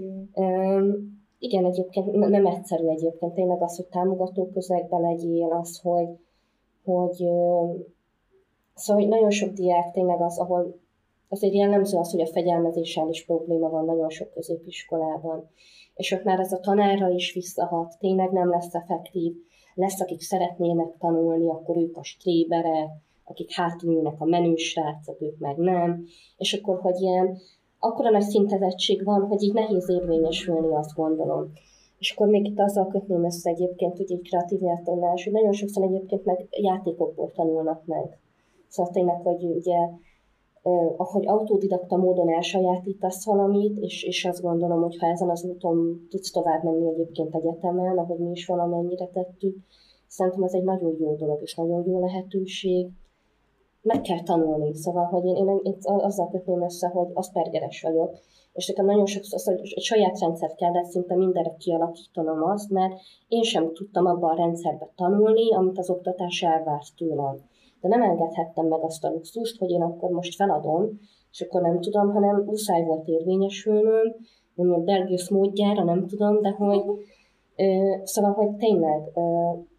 um, igen, egyébként nem egyszerű egyébként, tényleg az, hogy támogató közegben legyél, az, hogy, hogy szóval hogy nagyon sok diák tényleg az, ahol azért jellemző az, hogy a fegyelmezéssel is probléma van nagyon sok középiskolában, és ott már ez a tanárra is visszahat, tényleg nem lesz effektív, lesz, akik szeretnének tanulni, akkor ők a stréberek, akik hátul ülnek a menősrácok, ők meg nem, és akkor, hogy ilyen akkora nagy szintezettség van, hogy így nehéz érvényesülni, azt gondolom. És akkor még itt azzal kötném össze egyébként, hogy egy kreatív nyelvtanulás, hogy nagyon sokszor egyébként meg játékokból tanulnak meg. Szóval tényleg, hogy ugye, eh, ahogy autodidakta módon elsajátítasz valamit, és, és azt gondolom, hogy ha ezen az úton tudsz tovább menni egyébként egyetemen, ahogy mi is valamennyire tettük, szerintem ez egy nagyon jó dolog, és nagyon jó lehetőség. Meg kell tanulni, szóval, hogy én, én, én azzal kötném össze, hogy aspergeres vagyok, és nekem nagyon sokszor egy saját rendszert kellett szinte mindenre kialakítanom azt, mert én sem tudtam abban a rendszerben tanulni, amit az oktatás elvárt tőlem. De nem engedhettem meg azt a luxust, hogy én akkor most feladom, és akkor nem tudom, hanem muszáj volt érvényesülnöm, nem a Bergősz módjára, nem tudom, de hogy ö, szóval, hogy tényleg ö,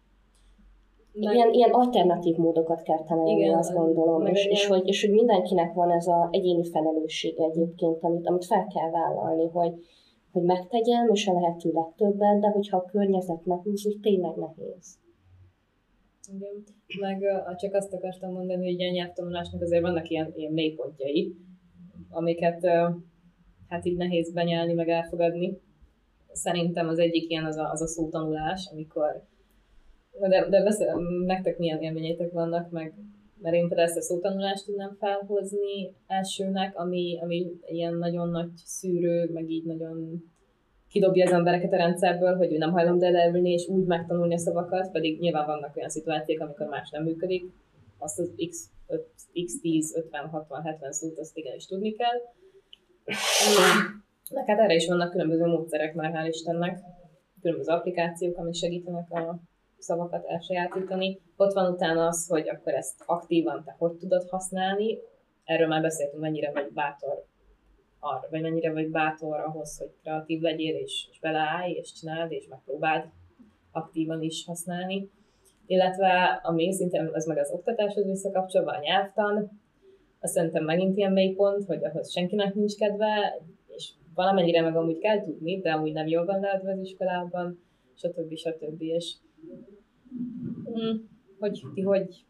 Ilyen, ilyen alternatív módokat kell találni, igen, azt gondolom, és, és, hogy, és hogy mindenkinek van ez az egyéni felelőssége egyébként, amit, amit fel kell vállalni, hogy, hogy megtegyem, és a lehető legtöbbet, de hogyha a környezet nehéz, úgy tényleg nehéz. Igen, meg csak azt akartam mondani, hogy a nyelvtanulásnak azért vannak ilyen, ilyen mélypontjai, amiket hát így nehéz benyelni, meg elfogadni. Szerintem az egyik ilyen az a, az a szótanulás, amikor De, de beszél, nektek milyen élményeitek vannak, meg, mert én például ezt a szótanulást tudnám felhozni elsőnek, ami, ami ilyen nagyon nagy szűrő, meg így nagyon kidobja az embereket a rendszerből, hogy ő nem hajlandó elülni és úgy megtanulni a szavakat, pedig nyilván vannak olyan szituációk, amikor más nem működik, azt az x tíz, ötven, hatvan, hetven szót azt igenis tudni kell. Na, hát erre is vannak különböző módszerek már, hál' Istennek, különböző applikációk, amik segítenek a szavakat elsajátítani. Ott van utána az, hogy akkor ezt aktívan te hogy tudod használni. Erről már beszéltünk, mennyire vagy bátor arra, vagy mennyire vagy bátor ahhoz, hogy kreatív legyél, és, és beleállj, és csináld, és megpróbáld aktívan is használni. illetve ami szintén az meg az oktatáshoz visszakapcsolva, a nyelvtan, azt szerintem megint ilyen mélypont, hogy ahhoz senkinek nincs kedve, és valamennyire meg amúgy kell tudni, de amúgy nem jól van leadva az iskolában, stb. stb. És hm, hogy ti hogy,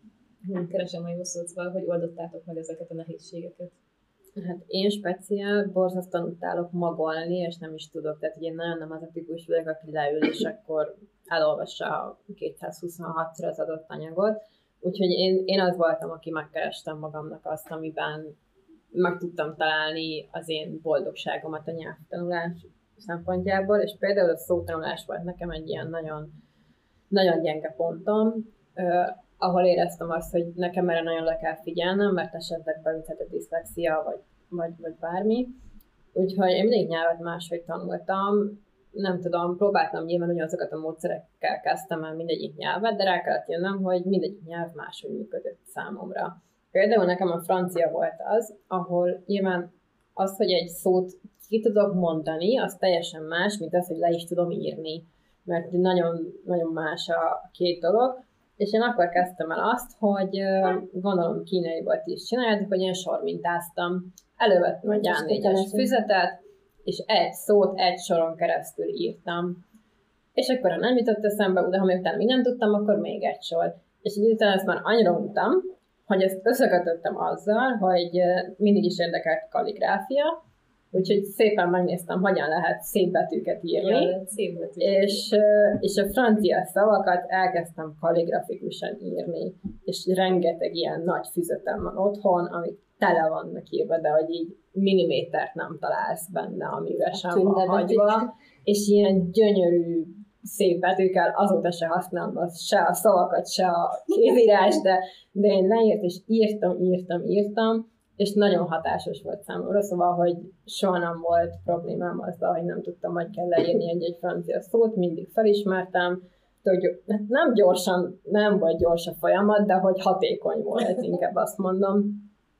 hm, keresem a jó szót, szóval, hogy oldottátok meg ezeket a nehézségeket? Hát én speciál borzasztóan utálok magolni, és nem is tudok. Tehát ugye én nagyon nem az a típus vagyok, aki leül, és akkor elolvassa kétszázhuszonhatszor az adott anyagot. Úgyhogy én, én az voltam, aki megkerestem magamnak azt, amiben meg tudtam találni az én boldogságomat a nyelvtanulás szempontjából, és például a szótanulás volt nekem egy ilyen nagyon, nagyon gyenge pontom, eh, ahol éreztem azt, hogy nekem erre nagyon le kell figyelnem, mert esetleg beüthet a diszlexia, vagy, vagy, vagy bármi. Úgyhogy én mindig nyelvet máshogy tanultam, nem tudom, próbáltam nyilván ugyanazokat a módszerekkel kezdtem el mindegyik nyelvet, de rá kellett jönnöm, hogy mindegyik nyelv máshogy működött számomra. Például nekem a francia volt az, ahol nyilván az, hogy egy szót ki tudok mondani, az teljesen más, mint az, hogy le is tudom írni, mert nagyon, nagyon más a két dolog. És én akkor kezdtem el azt, hogy gondolom kínaiból is csináljátok, hogy én sormintáztam. Elővettem egy á négyes füzetet, és egy szót egy soron keresztül írtam. És akkor, ha nem jutott eszembe, de ha még utána még nem tudtam, akkor még egy sor. És így utána ezt már annyira untam, hogy ezt összekötöttem azzal, hogy mindig is érdekelt kalligráfia, úgyhogy szépen megnéztem, hogyan lehet szép betűket írni, Ja, szép betűket. És, és a francia szavakat elkezdtem kalligrafikusan írni, és rengeteg ilyen nagy füzetem van otthon, amik tele vannak írva, de hogy így millimétert nem találsz benne, ami üresen van hagyva, és ilyen gyönyörű szép betűkkel azóta se használom az se a szavakat, se a kézírás, de, de én leírt, és írtam, írtam, írtam, és nagyon hatásos volt számomra, szóval, hogy soha nem volt problémám azzal, hogy nem tudtam, hogy kell leírni egy-egy francia szót, mindig felismertem, hogy hát nem gyorsan, nem volt gyors a folyamat, de hogy hatékony volt, inkább azt mondom.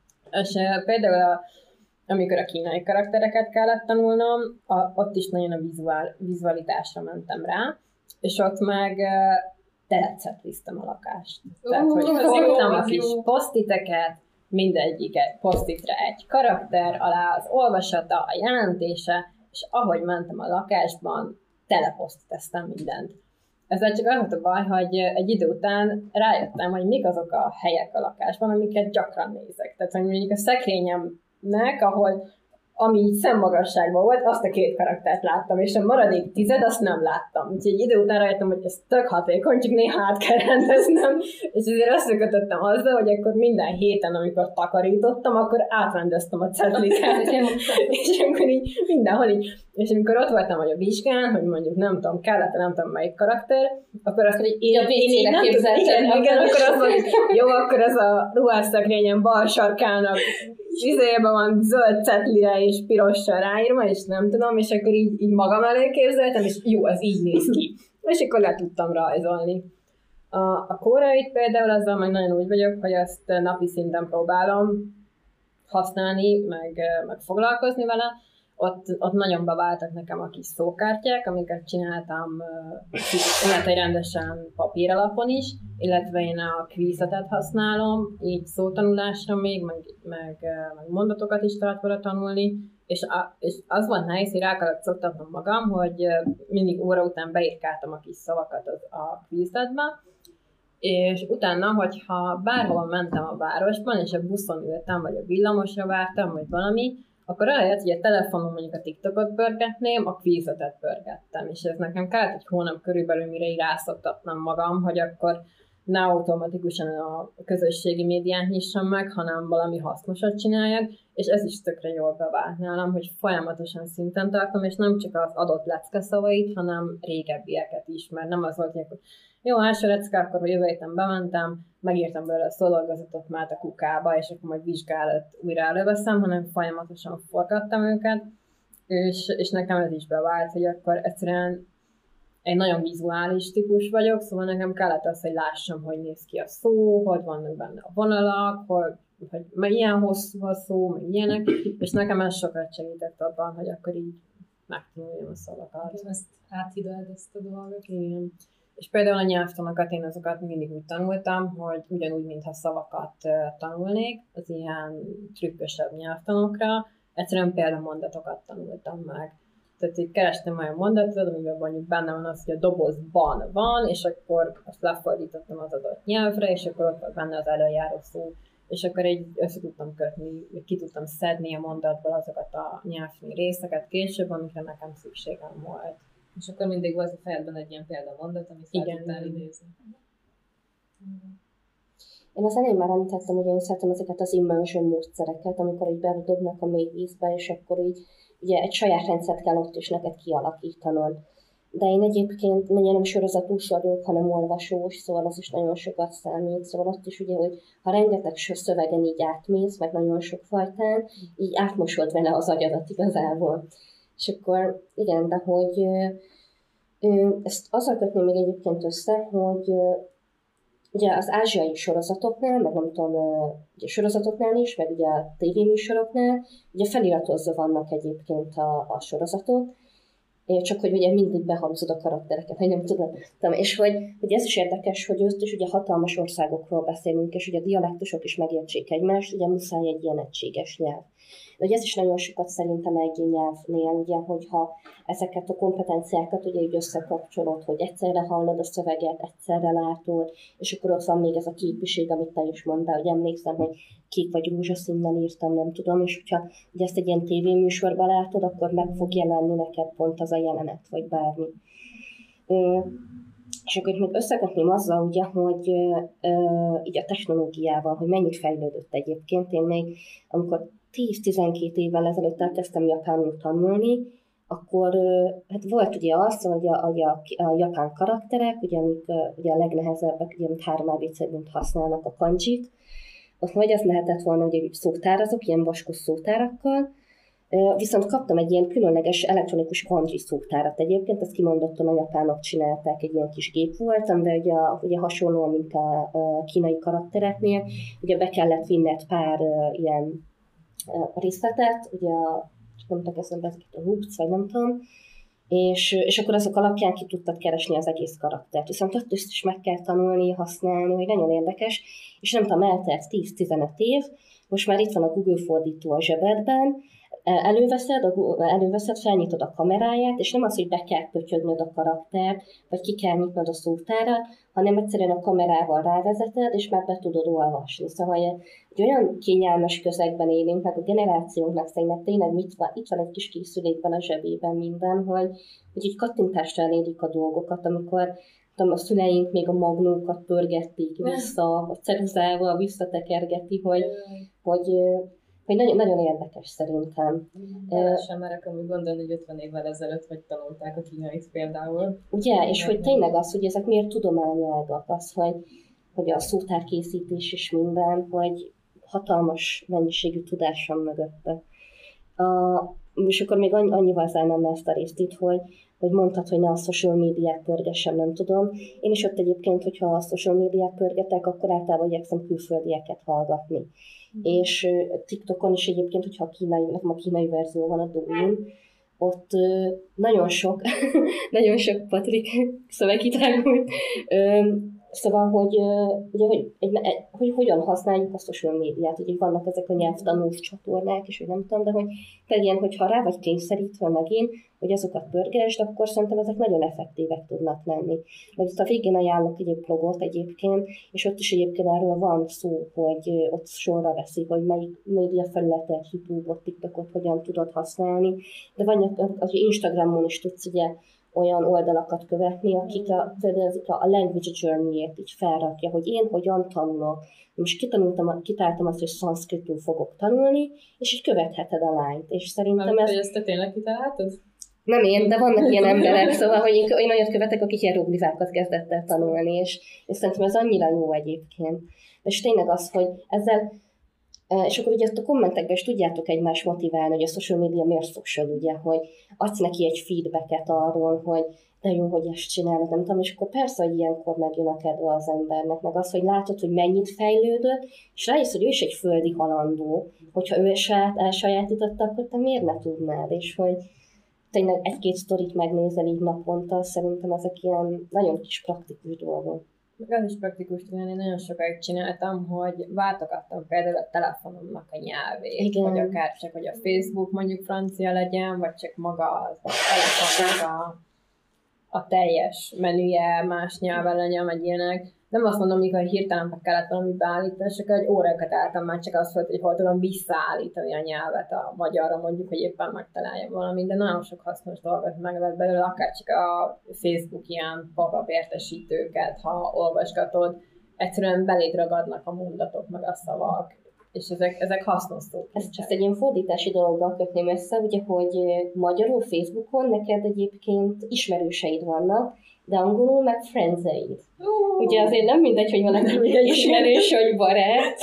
És például a, amikor a kínai karaktereket kellett tanulnom, a, ott is nagyon a vizuál, vizualitásra mentem rá, és ott meg telecetlisztem a lakást. Tehát, hogy fogtam a kis posztiteket, mindegyiket posztitre egy karakter, alá az olvasata, a jelentése, és ahogy mentem a lakásban, teleposztiteztem mindent. Ezzel csak az volt a baj, hogy egy idő után rájöttem, hogy mik azok a helyek a lakásban, amiket gyakran nézek. Tehát, hogy mondjuk a szekrényemnek, ahol ami így szemmagasságban volt, azt a két karaktert láttam, és a maradék tized, azt nem láttam. Úgyhogy egy idő után rájöttem, hogy ez tök hatékony, csak néha át kell rendeznem, és ezért összekötöttem azzal, hogy akkor minden héten, amikor takarítottam, akkor átrendeztem a cetliket, és akkor így mindenhol így, és amikor ott voltam, hogy a vizsgán, hogy mondjuk nem tudom, kellett, nem tudom melyik karakter, akkor azt mondja, hogy én, én így nem tudom, igen, igen, akkor az van, jó, akkor az a ruhásszekrényen bal sarkának izébe van zöld cetlire és pirossal ráírva, és nem tudom, és akkor így, így magam elé képzeltem, és jó, ez így néz ki. És akkor le tudtam rajzolni. A, a kórait például azzal meg nagyon úgy vagyok, hogy azt napi szinten próbálom használni, meg, meg foglalkozni vele. Ott, ott nagyon beváltak nekem a kis szókártyák, amiket csináltam illetve rendesen papíralapon is, illetve én a Quizletet használom, így szótanulásra még, meg, meg, meg mondatokat is lehet vele tanulni, és, a, és az volt nehéz, hogy rá kellett szoktatnom magam, hogy mindig óra után beírkáltam a kis szavakat az, a Quizletbe, és utána, hogyha bárhol mentem a városban, és a buszon ültem, vagy a villamosra vártam, vagy valami, akkor rájött, hogy a telefonon mondjuk a TikTokot pörgetném, a Quizletet pörgettem, és ez nekem kellett egy hónap körülbelül, mire így rászoktatnom magam, hogy akkor ne automatikusan a közösségi médiát nyissam meg, hanem valami hasznosat csináljak, és ez is tökre jól bevált nálam, hogy folyamatosan szinten tartom, és nem csak az adott lecke szavait, hanem régebbieket is, mert nem az volt, hogy akkor jó, első lecke, akkor hogy jövő héten bementem, megírtam belőle a szódolgozatot már a kukába, és akkor majd vizsgálat újra előveszem, hanem folyamatosan forgattam őket, és, és nekem ez is bevált, hogy akkor egyszerűen egy nagyon vizuális típus vagyok, szóval nekem kellett az, hogy lássam, hogy néz ki a szó, hogy vannak benne a vonalak, hogy, hogy ilyen hosszú a szó, meg ilyenek, és nekem ez sokat segített abban, hogy akkor így megtanuljam a szavakat. Ezt áthidald ezt a dolgot. Igen. És például a nyelvtanokat én azokat mindig úgy tanultam, hogy ugyanúgy, mintha szavakat tanulnék, az ilyen trükkösebb nyelvtanokra, egyszerűen példamondatokat tanultam meg. Tehát így kerestem olyan mondatot, amiben mondjuk benne van az, hogy a dobozban van, és akkor azt lefordítottam az adott nyelvre, és akkor ott van benne az előjáró szó, és akkor így össze tudtam kötni, ki tudtam szedni a mondatból azokat a nyelvtani részeket később, amikre nekem szükségem volt. És akkor mindig volt a fejedben egy ilyen példamondat, amit fel tudtál idézni. Én az elején már említettem, hogy én szeretem ezeket az immersion módszereket, amikor így bedobnak a mély vízbe, és akkor így ugye egy saját rendszert kell ott is neked kialakítanod. De én egyébként nagyon nem sorozatús vagyok, hanem olvasós, szóval az is nagyon sokat számít. Szóval ott is ugye, hogy ha rengeteg szövegen így átmész, meg nagyon sok fajtán, így átmosod vele az agyadat igazából. És akkor igen, de hogy ezt azzal kötném még egyébként össze, hogy ugye az ázsiai sorozatoknál, meg nem tudom, ugye sorozatoknál is, meg ugye a tévéműsoroknál, ugye feliratozva vannak egyébként a, a sorozatok, csak hogy ugye mindig behalozod a karaktereket, hogy nem tudom. És hogy, hogy ez is érdekes, hogy őt is ugye hatalmas országokról beszélünk, és ugye a dialektusok is megértsék egymást, ugye muszáj egy ilyen egységes nyelv. De ugye ez is nagyon sokat szerintem egy nyelvnél, ugye, hogyha ezeket a kompetenciákat ugye így összekapcsolod, hogy egyszerre hallod a szöveget, egyszerre látod, és akkor ott van még ez a képiség, amit te is mondtál, hogy emlékszem, hogy kék vagy rózsaszínnel írtam, nem tudom, és hogyha ugye ezt egy ilyen tévéműsorban látod, akkor meg fog jelenni neked pont az a jelenet, vagy bármi. Ö, és akkor még összekötném azzal, ugye, hogy ö, így a technológiával, hogy mennyit fejlődött egyébként. Én még, amikor tíz-tizenkét évvel ezelőtt elkezdtem japánul tanulni, akkor hát volt ugye az, hogy a, hogy a, a japán karakterek, ugye, amik ugye a legnehezebbek, ugye, amit három á bé cé-ben használnak a kanjik, ott vagy az lehetett volna, hogy szótárazok, ilyen vaskos szótárakkal, viszont kaptam egy ilyen különleges elektronikus kanji szótárat egyébként, ezt kimondottan a japánok csinálták, egy ilyen kis gép volt, amivel ugye, ugye hasonlóan, mint a, a kínai karaktereknél, ugye be kellett vinned pár uh, ilyen uh, részletet, ugye a, nem tudok eszembe, a roots, vagy nem tudom, és, és akkor azok alapján ki tudtad keresni az egész karaktert. Viszont ott is meg kell tanulni, használni, hogy nagyon érdekes, és nem tudom, eltelt tíz-tizenöt év, most már itt van a Google fordító a zsebedben, előveszed, előveszed, felnyitod a kameráját, és nem az, hogy be kell pötyögnöd a karaktert, vagy ki kell nyitnod a szótárat, hanem egyszerűen a kamerával rávezeted, és már be tudod olvasni. Szóval egy olyan kényelmes közegben élünk, meg a generációnknak szerintem tényleg mit van, itt van egy kis készülékben a zsebében minden, hogy, hogy így kattintásra elérik a dolgokat, amikor tudom, a szüleink még a magnókat pörgették vissza, a ceruzával visszatekergeti, hogy, hogy hogy nagyon, nagyon érdekes szerintem. Bele sem merek amúgy gondolni, hogy ötven évvel ezelőtt hogy tanulták a kínait például. Ugye, és hogy tényleg az, hogy ezek miért tudományágak, az, hogy, hogy a szótárkészítés is minden, hogy hatalmas mennyiségű tudás van mögötte. A, és akkor még annyival zárnám le ezt a részt itt, hogy, hogy mondtad, hogy ne a social médiát pörgessem, nem tudom. Én is ott egyébként, hogyha a social médiát pörgetek, akkor általában igyekszem külföldieket hallgatni. Mm. És TikTokon is egyébként, hogyha a kínai, nekem a kínai verzió van a Douyin, ott nagyon sok, nagyon sok Patrik szövegkitágult, szóval, hogy, ugye, hogy, hogy, hogy hogyan használjuk a social médiát, ugye vannak ezek a nyelvtanús csatornák, és hogy nem tudom, de hogy te ilyen, hogyha rá vagy kényszerítve megint, hogy azokat pörgesd, akkor szerintem ezek nagyon effektívek tudnak lenni. Mert itt a végén ajánlok egy blogot egyébként, és ott is egyébként erről van szó, hogy ott sorra veszik, hogy melyik média felületet, YouTube-ot, TikTokot hogyan tudod használni, de van az Instagramon is tudsz ugye olyan oldalakat követni, akik a, a language journey-ét így felrakja, hogy én hogyan tanulok. Most kitanultam, kitáltam azt, hogy szanszkritul fogok tanulni, és így követheted a lányt. És szerintem nem, ez... hogy ezt te tényleg kitaláltad? Nem én, de vannak ilyen emberek, szóval, hogy én, én olyat követek, akik hieroglifákat kezdett el tanulni, és, és szerintem ez annyira jó egyébként. És tényleg az, hogy ezzel és akkor ugye ezt a kommentekben is tudjátok egymást motiválni, hogy a social media miért social, ugye, hogy adsz neki egy feedbacket arról, hogy de jó, hogy ezt csinálod, nem tudom, és akkor persze, hogy ilyenkor megjön a kedve az embernek, meg az, hogy látod, hogy mennyit fejlődött, és rájössz, hogy ő is egy földi halandó, hogyha ő saját elsajátította, akkor te miért ne tudnád, és hogy tényleg egy-két sztorit megnézel így naponta, szerintem ezek ilyen nagyon kis praktikus dolgok. Meg az is praktikus, hogy én nagyon sokáig csináltam, hogy váltogattam például a telefonomnak a nyelvét, Igen. vagy akár csak, hogy a Facebook mondjuk francia legyen, vagy csak maga a telefonnak a, a teljes menüje más nyelven legyen, vagy ilyenek. Nem azt mondom, mikor hirtelen meg kellett valami beállítani, csak egy órákat álltam már csak az volt, hogy hol tudom visszaállítani a nyelvet a magyarra, mondjuk, hogy éppen megtaláljam valamit, de nagyon sok hasznos dolgot meg lehet belőle, akár csak a Facebook ilyen pop-up értesítőket, ha olvasgatod, egyszerűen beléd ragadnak a mondatok, meg a szavak, és ezek, ezek hasznos szók. Ezt csak egy ilyen fordítási dologgal kötném össze, ugye, hogy magyarul Facebookon neked egyébként ismerőseid vannak, de angolul meg friendseid. Uh. Ugye azért nem mindegy, hogy valaki ismerős, vagy barát.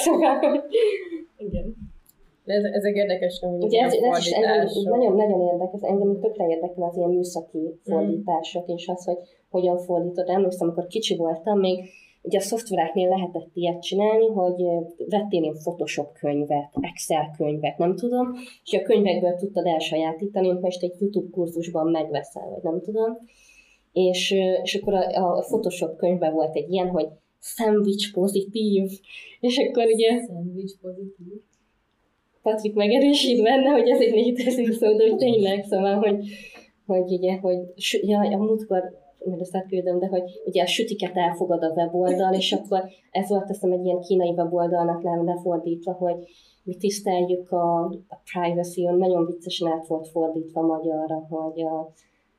Igen. De ez, ezek érdekes, hogy ugye ez, ez is nagyon, nagyon érdekes, engem még tökre érdekel az ilyen műszaki fordítások, mm. és az, hogy hogyan fordítod. Emlékszem, amikor kicsi voltam, még ugye a szoftvereknél lehetett ilyet csinálni, hogy vettél én Photoshop könyvet, Excel könyvet, nem tudom, és a könyvekből tudtad elsajátítani, hogy most egy YouTube kurzusban megveszel, vagy nem tudom. És, és akkor a, a Photoshop könyvben volt egy ilyen, hogy szendvics pozitív, és akkor ugye... Szendvics pozitív. Patrik megerősít benne, hogy ez egy létező szó, de hogy tényleg, szóval, hogy, hogy ugye, hogy ja, a múltkor, mert ezt átküldöm, de hogy ugye a sütiket elfogad a weboldal, és akkor ez volt azt hiszem egy ilyen kínai weboldalnak lefordítva, hogy mi tiszteljük a, a privacy-on, nagyon viccesen át volt fordítva magyarra, hogy a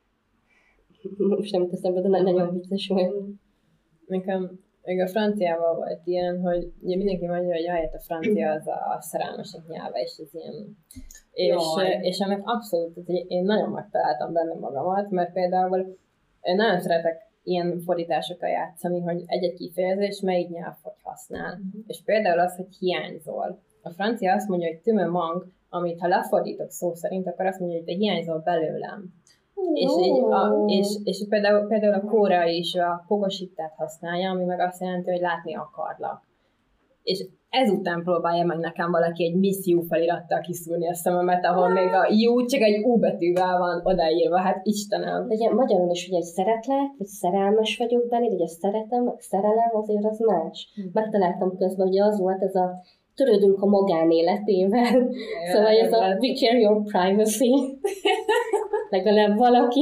most nem teszem be, de nagyon vicces volt. Nekem még a franciával volt ilyen, hogy ugye mindenki mondja, hogy jaj, a francia az a szerelmesek nyelve, és ez ilyen... És, és ennek abszolút, én nagyon megtaláltam benne magamat, mert például én nagyon szeretek ilyen fordításokkal játszani, hogy egy-egy kifejezés melyik nyelv hogy használ. Mm-hmm. És például az, hogy hiányzol. A francia azt mondja, hogy tu me manques, amit ha lefordítok szó szerint, akkor azt mondja, hogy te hiányzol belőlem. És, így a, és, és például, például a kóra is a pogosítát használja, ami meg azt jelenti, hogy látni akarlak. És ezután próbálja meg nekem valaki egy Miss You felirattal kiszúrni a szememet, ahol még a You csak egy U betűvel van odaírva, hát Istenem. De ugye magyarul is ugye, hogy szeretlek, vagy szerelmes vagyok beléd, ugye szeretem, szerelem azért az más. Hmm. Megtaláltam közben, hogy az volt ez a törődünk a magánéletével. Ja, szóval ez a we care your privacy. Legalább valaki.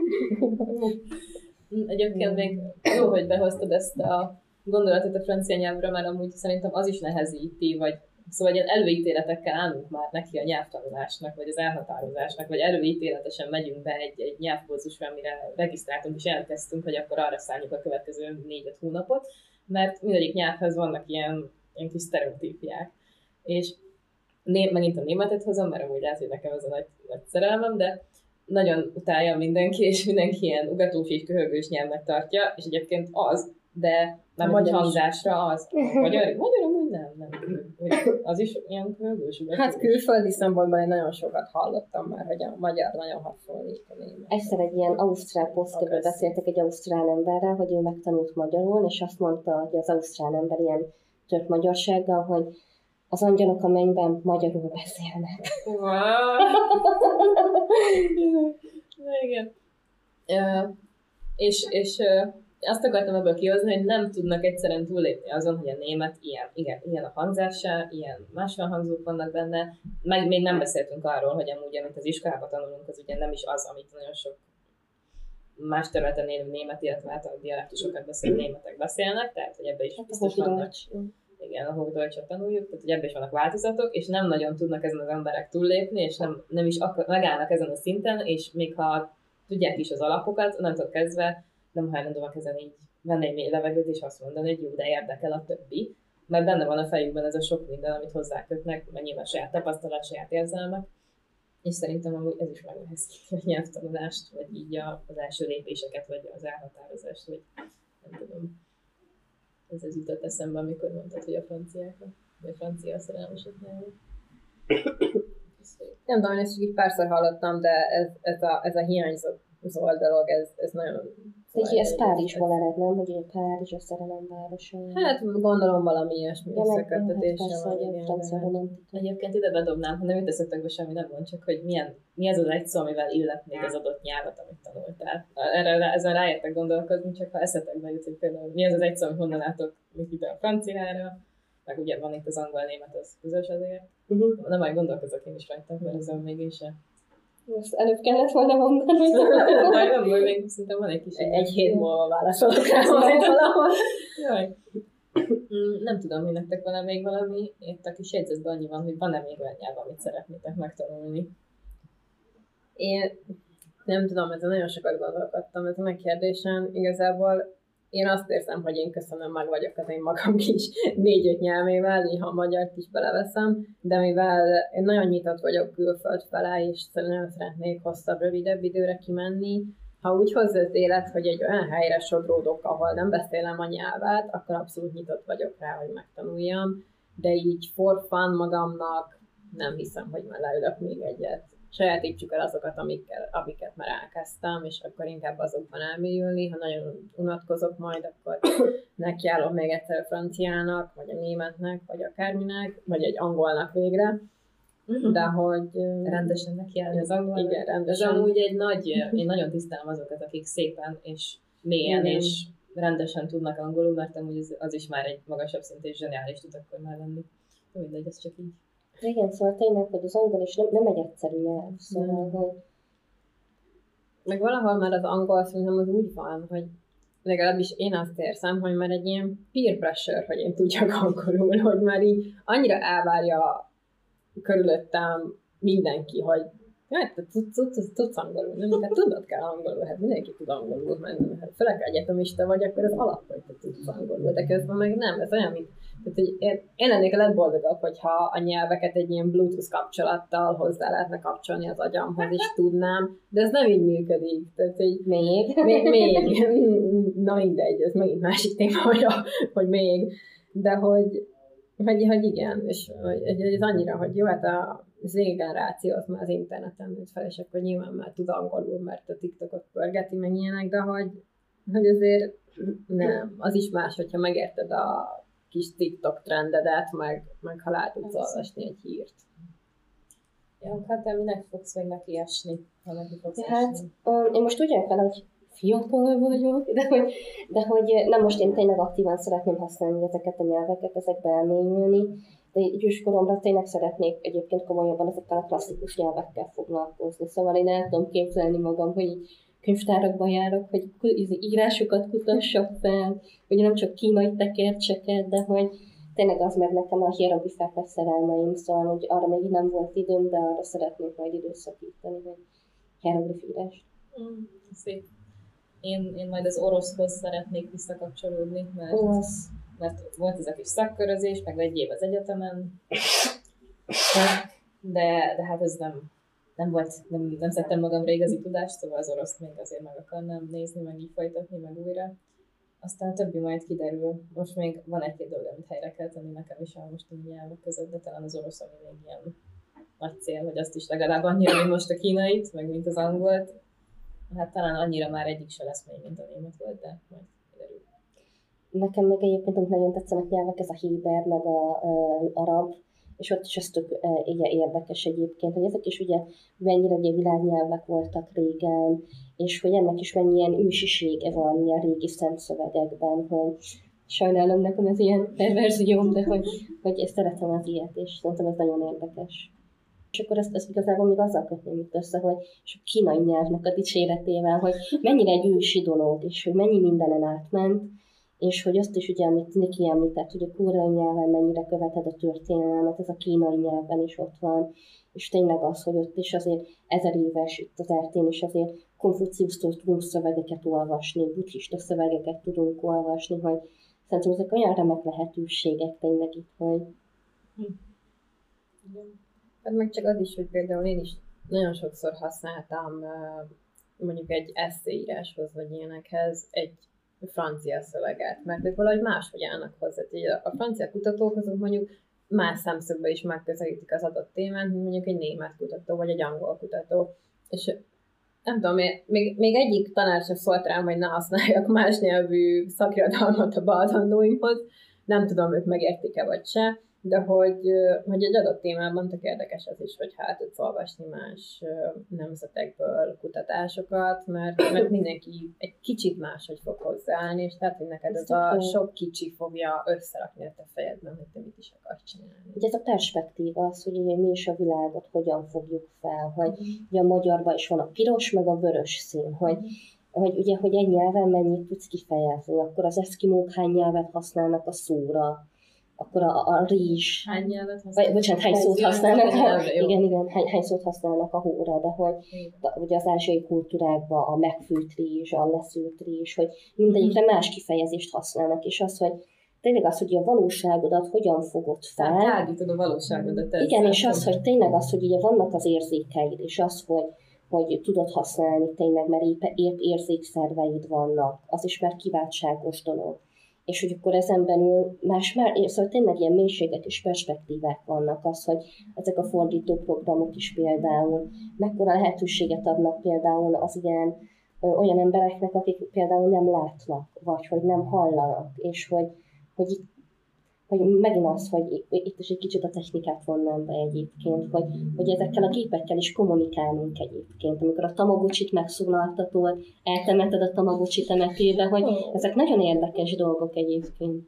Egyébként még jó, hogy behoztad ezt a gondolatot a francia nyelvről, mert amúgy szerintem az is nehezíti, vagy szóval ilyen előítéletekkel állunk már neki a nyelvtanulásnak, vagy az elhatározásnak, vagy előítéletesen megyünk be egy, egy nyelvkurzusra, amire regisztráltunk és elkezdtünk, hogy akkor arra szálljuk a következő négy-öt hónapot, mert mindegyik nyelvhez vannak ilyen, ilyen kis sztereotípiák. És né- megint a németet hozom, mert amúgy lehet, hogy nekem ez a nagy, nagy szerelmem, de nagyon utálja mindenki, és mindenki ilyen ugatós és köhögős nyelvnek tartja, és egyébként az, de nem egy hangzásra az. Magyar, magyar amúgy nem, nem. Az is ilyen köhögős ugatós. Hát külföldi szempontból én nagyon sokat hallottam már, hogy a magyar nagyon hasonlít a német. Egyszer egy ilyen ausztrál posztból beszéltek egy ausztrál emberrel, hogy ő megtanult magyarul, és azt mondta, hogy az ausztrál ember ilyen tört magyarsággal, hogy az angyalok a mennyben magyarul beszélnek. Wow. Igen. Uh, és és uh, azt akartam ebből kihozni, hogy nem tudnak egyszerűen túllépni azon, hogy a német ilyen, igen, ilyen a hangzása, ilyen máshol hangzók vannak benne. Meg még nem beszéltünk arról, hogy amúgy, amit az iskolában tanulunk, az ugye nem is az, amit nagyon sok más területen élő német, illetve hát a dialektusokat beszélő németek beszélnek, tehát hogy ebbe is hát biztos vannak. Igen, a Hochdeutschot tanuljuk, tehát hogy ebben is vannak változatok, és nem nagyon tudnak ezen az emberek túllépni, és nem, nem is akar, megállnak ezen a szinten, és még ha tudják is az alapokat, onnantól kezdve nem hajlandóak ezen így venni egy mély levegőt, és azt mondani, hogy jó, de érdekel a többi, mert benne van a fejükben ez a sok minden, amit hozzákötnek, mert nyilván saját tapasztalat, saját érzelmek, és szerintem amúgy ez is megnehezíti a nyelvtanulást, vagy így a, az első lépéseket, vagy az elhatározást, vagy nem tudom. Ez az jutott eszembe, amikor mondtad, hogy a franciáknak, vagy francia szerelmesek nyelvek. Nem tudom, én ezt így párszor hallottam, de ez, ez, a, ez a hiányzó dolog, ez, ez nagyon Szóval ez Párizsból ered, nem? Hogy ugye Párizs a szerelem városa. Hát gondolom valami ilyesmi ja, összeköttetése hát van. igen, francia romantika. Egyébként ide bedobnám, ha nem jut eszetekbe semmi, nem mond, csak hogy milyen, mi az az egy szó, amivel illetnéd az adott nyelvet, amit tanultál. Erre, ezen ráértek gondolkozni, csak ha eszetekbe jut, hogy például mi az az egy szó, amit mondanátok, mit ide a franciára, meg ugye van itt az angol-német, az közös azért. Uh-huh. Nem majd gondolkozok én is rajta, mert ezen mégis most előbb kellett volna mondani. Majd nem, majd még szerintem van egy kis... Egy hét múlva válaszolok rá majd valahol. Jaj. Nem tudom, hogy nektek van-e még valami. Itt a kis jegyzetben annyi van, hogy van-e még olyan nyelv, amit szeretnétek megtanulni. Én nem tudom, ezzel nagyon sokat gondolkodtam ezen a kérdésen. Igazából én azt érzem, hogy én köszönöm, meg vagyok az én magam kis négy-öt nyelvével, néha a magyart is beleveszem, de mivel én nagyon nyitott vagyok külföld fele, és nem szeretnék hosszabb, rövidebb időre kimenni, ha úgy hozzá az élet, hogy egy olyan helyre sodródok, ahol nem beszélem a nyelvet, akkor abszolút nyitott vagyok rá, hogy megtanuljam, de így for fun magamnak nem hiszem, hogy már leülök még egyet. Sajátítsuk el azokat, amikkel, amiket már elkezdtem, és akkor inkább azokban elmélyülni. Ha nagyon unatkozok majd, akkor nekiállom még egyszer a franciának, vagy a németnek, vagy akárminek, vagy egy angolnak végre. De hogy... Rendesen nekiállni az angolnak. Igen, rendesen. Ez amúgy egy nagy... Én nagyon tisztelem azokat, akik szépen és mélyen igen. és rendesen tudnak angolul, mert amúgy az, az is már egy magasabb szint és zseniális tud akkor már lenni. Mindegy, ez csak így. Igen, szóval tényleg, hogy az angol is nem, nem egy egyszerű nyelv, szóval, mm. hogy... Meg valahol már az angol szerintem az úgy van, hogy legalábbis én azt érzem, hogy már egy ilyen peer pressure, hogy én tudjak angolul, hogy már így annyira elvárja körülöttem mindenki, hogy hát te tudsz angolul, nem? Hát tudod kell angolul, hát mindenki tud angolul menni. Hát főleg egyetemista vagy, akkor az alap, hogy te tudsz angolul, de közben meg nem, ez olyan, mint tehát, hogy én, én lennék a legboldogabb, hogyha a nyelveket egy ilyen Bluetooth kapcsolattal hozzá lehetne kapcsolni az agyamhoz, és tudnám, de ez nem így működik. Tehát, hogy még? Még, még. Na mindegy, ez megint másik téma, hogy, a, hogy még. De hogy, hogy, hogy igen, és hogy, hogy ez annyira, hogy jó, hát a az én generáció az már az interneten nőtt fel, és akkor nyilván már tud angolul, mert a TikTokot pörgeti, meg ilyenek, de hogy, hogy azért nem, az is más, hogyha megérted a kis TikTok trendedet, meg, meg ha rá tudsz olvasni egy hírt. Ja, hát te minek fogsz még neki esni, ha neki fogsz ja, hát, esni? Um, én most úgy értem, hogy fiatal vagyok, de hogy, de hogy nem most én tényleg aktívan szeretném használni ezeket a nyelveket, ezekbe elmélyülni, de idős koromra tényleg szeretnék egyébként komolyabban ezekkel a klasszikus nyelvekkel foglalkozni. Szóval én el tudom képzelni magam, hogy könyvtárakban járok, hogy írásokat kutassak fel, hogy nem csak kínai tekercseket, de hogy tényleg az meg nekem a hieroglifáknak szerelmeim, szóval hogy arra még nem volt időm, de arra szeretnék majd időszakítani, hogy hieroglifírás. Mm, szép. Én, én majd az oroszhoz szeretnék visszakapcsolódni, mert, Orosz. mert volt ez a kis szakkörözés, meg egy év az egyetemen, de, de hát ez nem, nem volt, nem, nem szedtem magamra igazi tudást, szóval az oroszt még azért meg akarnám nézni, meg így folytatni, meg újra. Aztán a többi majd kiderül. Most még van egy-két dolog, amit helyre kell tenni nekem is a mostani nyelvek között, de talán az orosz, ami még ilyen nagy cél, hogy azt is legalább annyira, mint most a kínait, meg mint az angolt. Hát talán annyira már egyik se lesz még, mint a német volt, de majd kiderül. Nekem még egyébként nagyon tetszenek nyelvek, ez a héber, meg a, a arab, és ott is ez tök e, érdekes egyébként, hogy ezek is ugye mennyire ugye világnyelvek voltak régen, és hogy ennek is mennyi ilyen ősisége van ilyen régi szent szövegekben, hogy sajnálom, nekem ez ilyen perverzióm, de hogy, hogy ezt szeretem az ilyet, és szerintem ez nagyon érdekes. És akkor ezt, ezt igazából még azzal kötném itt össze, hogy és a kínai nyelvnek a dicséretével, hogy mennyire egy ősi dolog, és hogy mennyi mindenen átment, és hogy azt is ugye, amit Niki említett, hogy a koreai nyelven mennyire követed a történelmet, ez a kínai nyelven is ott van, és tényleg az, hogy ott is azért ezer éves itt az ertén is azért Konfuciusztól tudunk szövegeket olvasni, buddhista szövegeket tudunk olvasni, hogy szerintem ezek olyan remek lehetőségek tényleg itt, hogy... Hm. Hát meg csak az is, hogy például én is nagyon sokszor használtam mondjuk egy eszéíráshoz, vagy ilyenekhez egy francia szöveget, mert ők valahogy máshogy állnak hozzá. A francia kutatók azok mondjuk más szemszögből is megközelítik az adott témát, mint mondjuk egy német kutató, vagy egy angol kutató. És nem tudom, még, még egyik tanár sem szólt rám, hogy ne használjak más nyelvű szakirodalmat a beadandóimhoz. Nem tudom, ők megértik-e vagy se, de hogy, hogy egy adott témában tök érdekes az is, hogy hát tudsz olvasni más nemzetekből kutatásokat, mert, mert mindenki egy kicsit máshogy fog hozzáállni, és tehát, hogy neked ez a sok kicsi fogja összerakni a te fejedben, hogy te mit is akarsz csinálni. Ugye ez a perspektíva az, hogy mi is a világot hogyan fogjuk fel, hogy mm. ugye a magyarban is van a piros, meg a vörös szín, hogy mm. hogy ugye, hogy egy nyelven mennyit tudsz kifejezni, akkor az eszkimók hány nyelvet használnak a szóra, akkor a, a rizs... Hány nyelvet használnak? Vagy, bocsánat, hány szót használnak? A, igen, igen, hány, hány szót használnak a hóra, de hogy de, ugye az ázsiai kultúrákban a megfőtt rizs, a leszült rizs, hogy mindegyikre más kifejezést használnak, és az, hogy tényleg az, hogy a valóságodat hogyan fogod fel. Tágítod a valóságodat. Igen, és az, hogy tényleg az, hogy ugye vannak az érzékeid, és az, hogy hogy tudod használni tényleg, mert épp, épp érzékszerveid vannak, az is már kiváltságos dolog. És hogy akkor ezen belül más már, szóval tényleg ilyen mélységek és perspektívák vannak, az, hogy ezek a fordító programok is például mekkora lehetőséget adnak például az ilyen ö, olyan embereknek, akik például nem látnak, vagy hogy nem hallanak, és hogy, hogy itt hogy megint az, hogy itt is egy kicsit a technikát vonnám be egyébként, hogy, hogy ezekkel a gépekkel is kommunikálunk egyébként. Amikor a Tamagocsit megszólaltatod, eltemeted a Tamagocsi temetőbe, hogy ezek nagyon érdekes dolgok egyébként.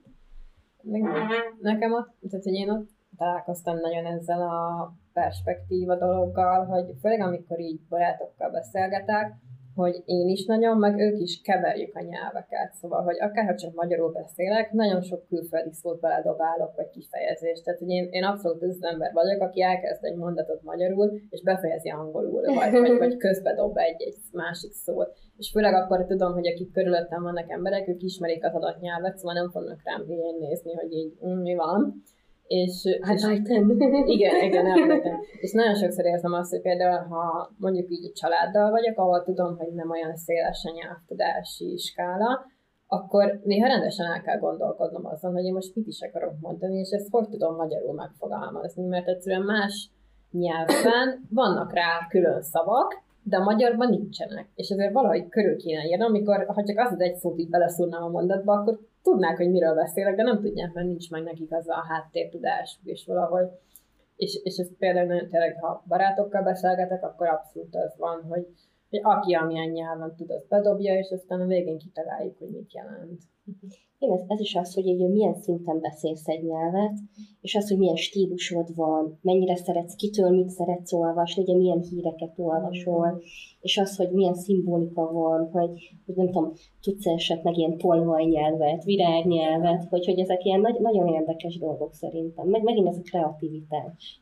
Nekem ott, tehát hogy én ott találkoztam nagyon ezzel a perspektíva dologgal, hogy főleg amikor így barátokkal beszélgetek, hogy én is nagyon, meg ők is keverjük a nyelveket. Szóval, hogy akárha csak magyarul beszélek, nagyon sok külföldi szót beledobálok, vagy kifejezést. Tehát, hogy én, én abszolút az ember vagyok, aki elkezd egy mondatot magyarul, és befejezi angolul, vagy, vagy, vagy közbe dob egy-egy másik szót. És főleg akkor tudom, hogy akik körülöttem vannak emberek, ők ismerik az adott nyelvet, szóval nem fognak rám hülyén nézni, hogy így mm, mi van. És, és igen, igen, elmondtam. És nagyon sokszor érzem azt, hogy például, ha mondjuk így egy családdal vagyok, ahol tudom, hogy nem olyan széles a nyelvtudási skála, akkor néha rendesen el kell gondolkodnom azon, hogy én most mit is akarok mondani, és ezt hogy tudom magyarul megfogalmazni, mert egyszerűen más nyelvben vannak rá külön szavak, de a magyarban nincsenek. És ezért valahogy körül kéne írni, amikor, ha csak az az egy szót így beleszúrnám a mondatba, akkor tudnák, hogy miről beszélek, de nem tudják, mert nincs meg nekik az a háttértudásuk is valahol. És, és ez például tényleg, ha barátokkal beszélgetek, akkor abszolút az van, hogy, hogy aki amilyen nyelven tud, azt bedobja, és aztán a végén kitaláljuk, hogy mit jelent. Igen, ez, ez is az, hogy egy, milyen szinten beszélsz egy nyelvet, és az, hogy milyen stílusod van, mennyire szeretsz, kitől mit szeretsz olvasni, ugye milyen híreket olvasol, mm. és az, hogy milyen szimbolika van, hogy, hogy nem tudom, tudsz esetleg ilyen tolvajnyelvet, virágnyelvet, hogy, hogy ezek ilyen nagy, nagyon érdekes dolgok szerintem. Meg megint ez a kreativitás.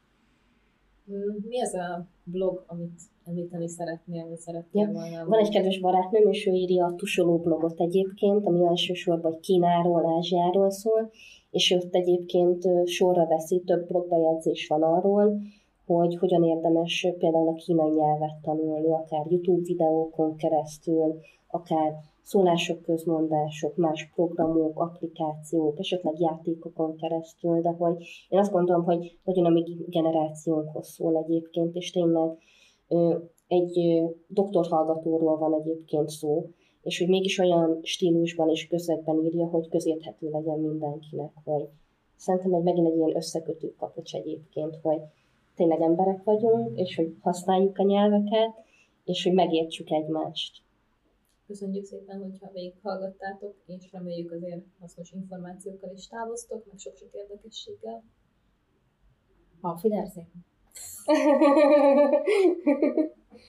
Mi az a blog, amit említeni szeretnél, vagy szeretnél ja. volna? Van egy kedves barátnőm, és ő írja a Tusoló blogot egyébként, ami elsősorban Kínáról, Ázsiáról szól, és ott egyébként sorra veszi, több blogbejegyzés van arról, hogy hogyan érdemes például a kínai nyelvet tanulni, akár YouTube videókon keresztül, akár szólások, közmondások, más programok, applikációk, esetleg játékokon keresztül, de hogy én azt gondolom, hogy nagyon a mi generációnkhoz szól egyébként, és tényleg egy doktorhallgatóról van egyébként szó, és hogy mégis olyan stílusban és közegben írja, hogy közérthető legyen mindenkinek, hogy szerintem egy megint egy ilyen összekötő kapocs egyébként, hogy tényleg emberek vagyunk, és hogy használjuk a nyelveket, és hogy megértsük egymást. Köszönjük szépen, hogyha végighallgattátok, és reméljük azért hasznos információkkal is távoztok, meg sok-sok érdekességgel. Auf Wiedersehen!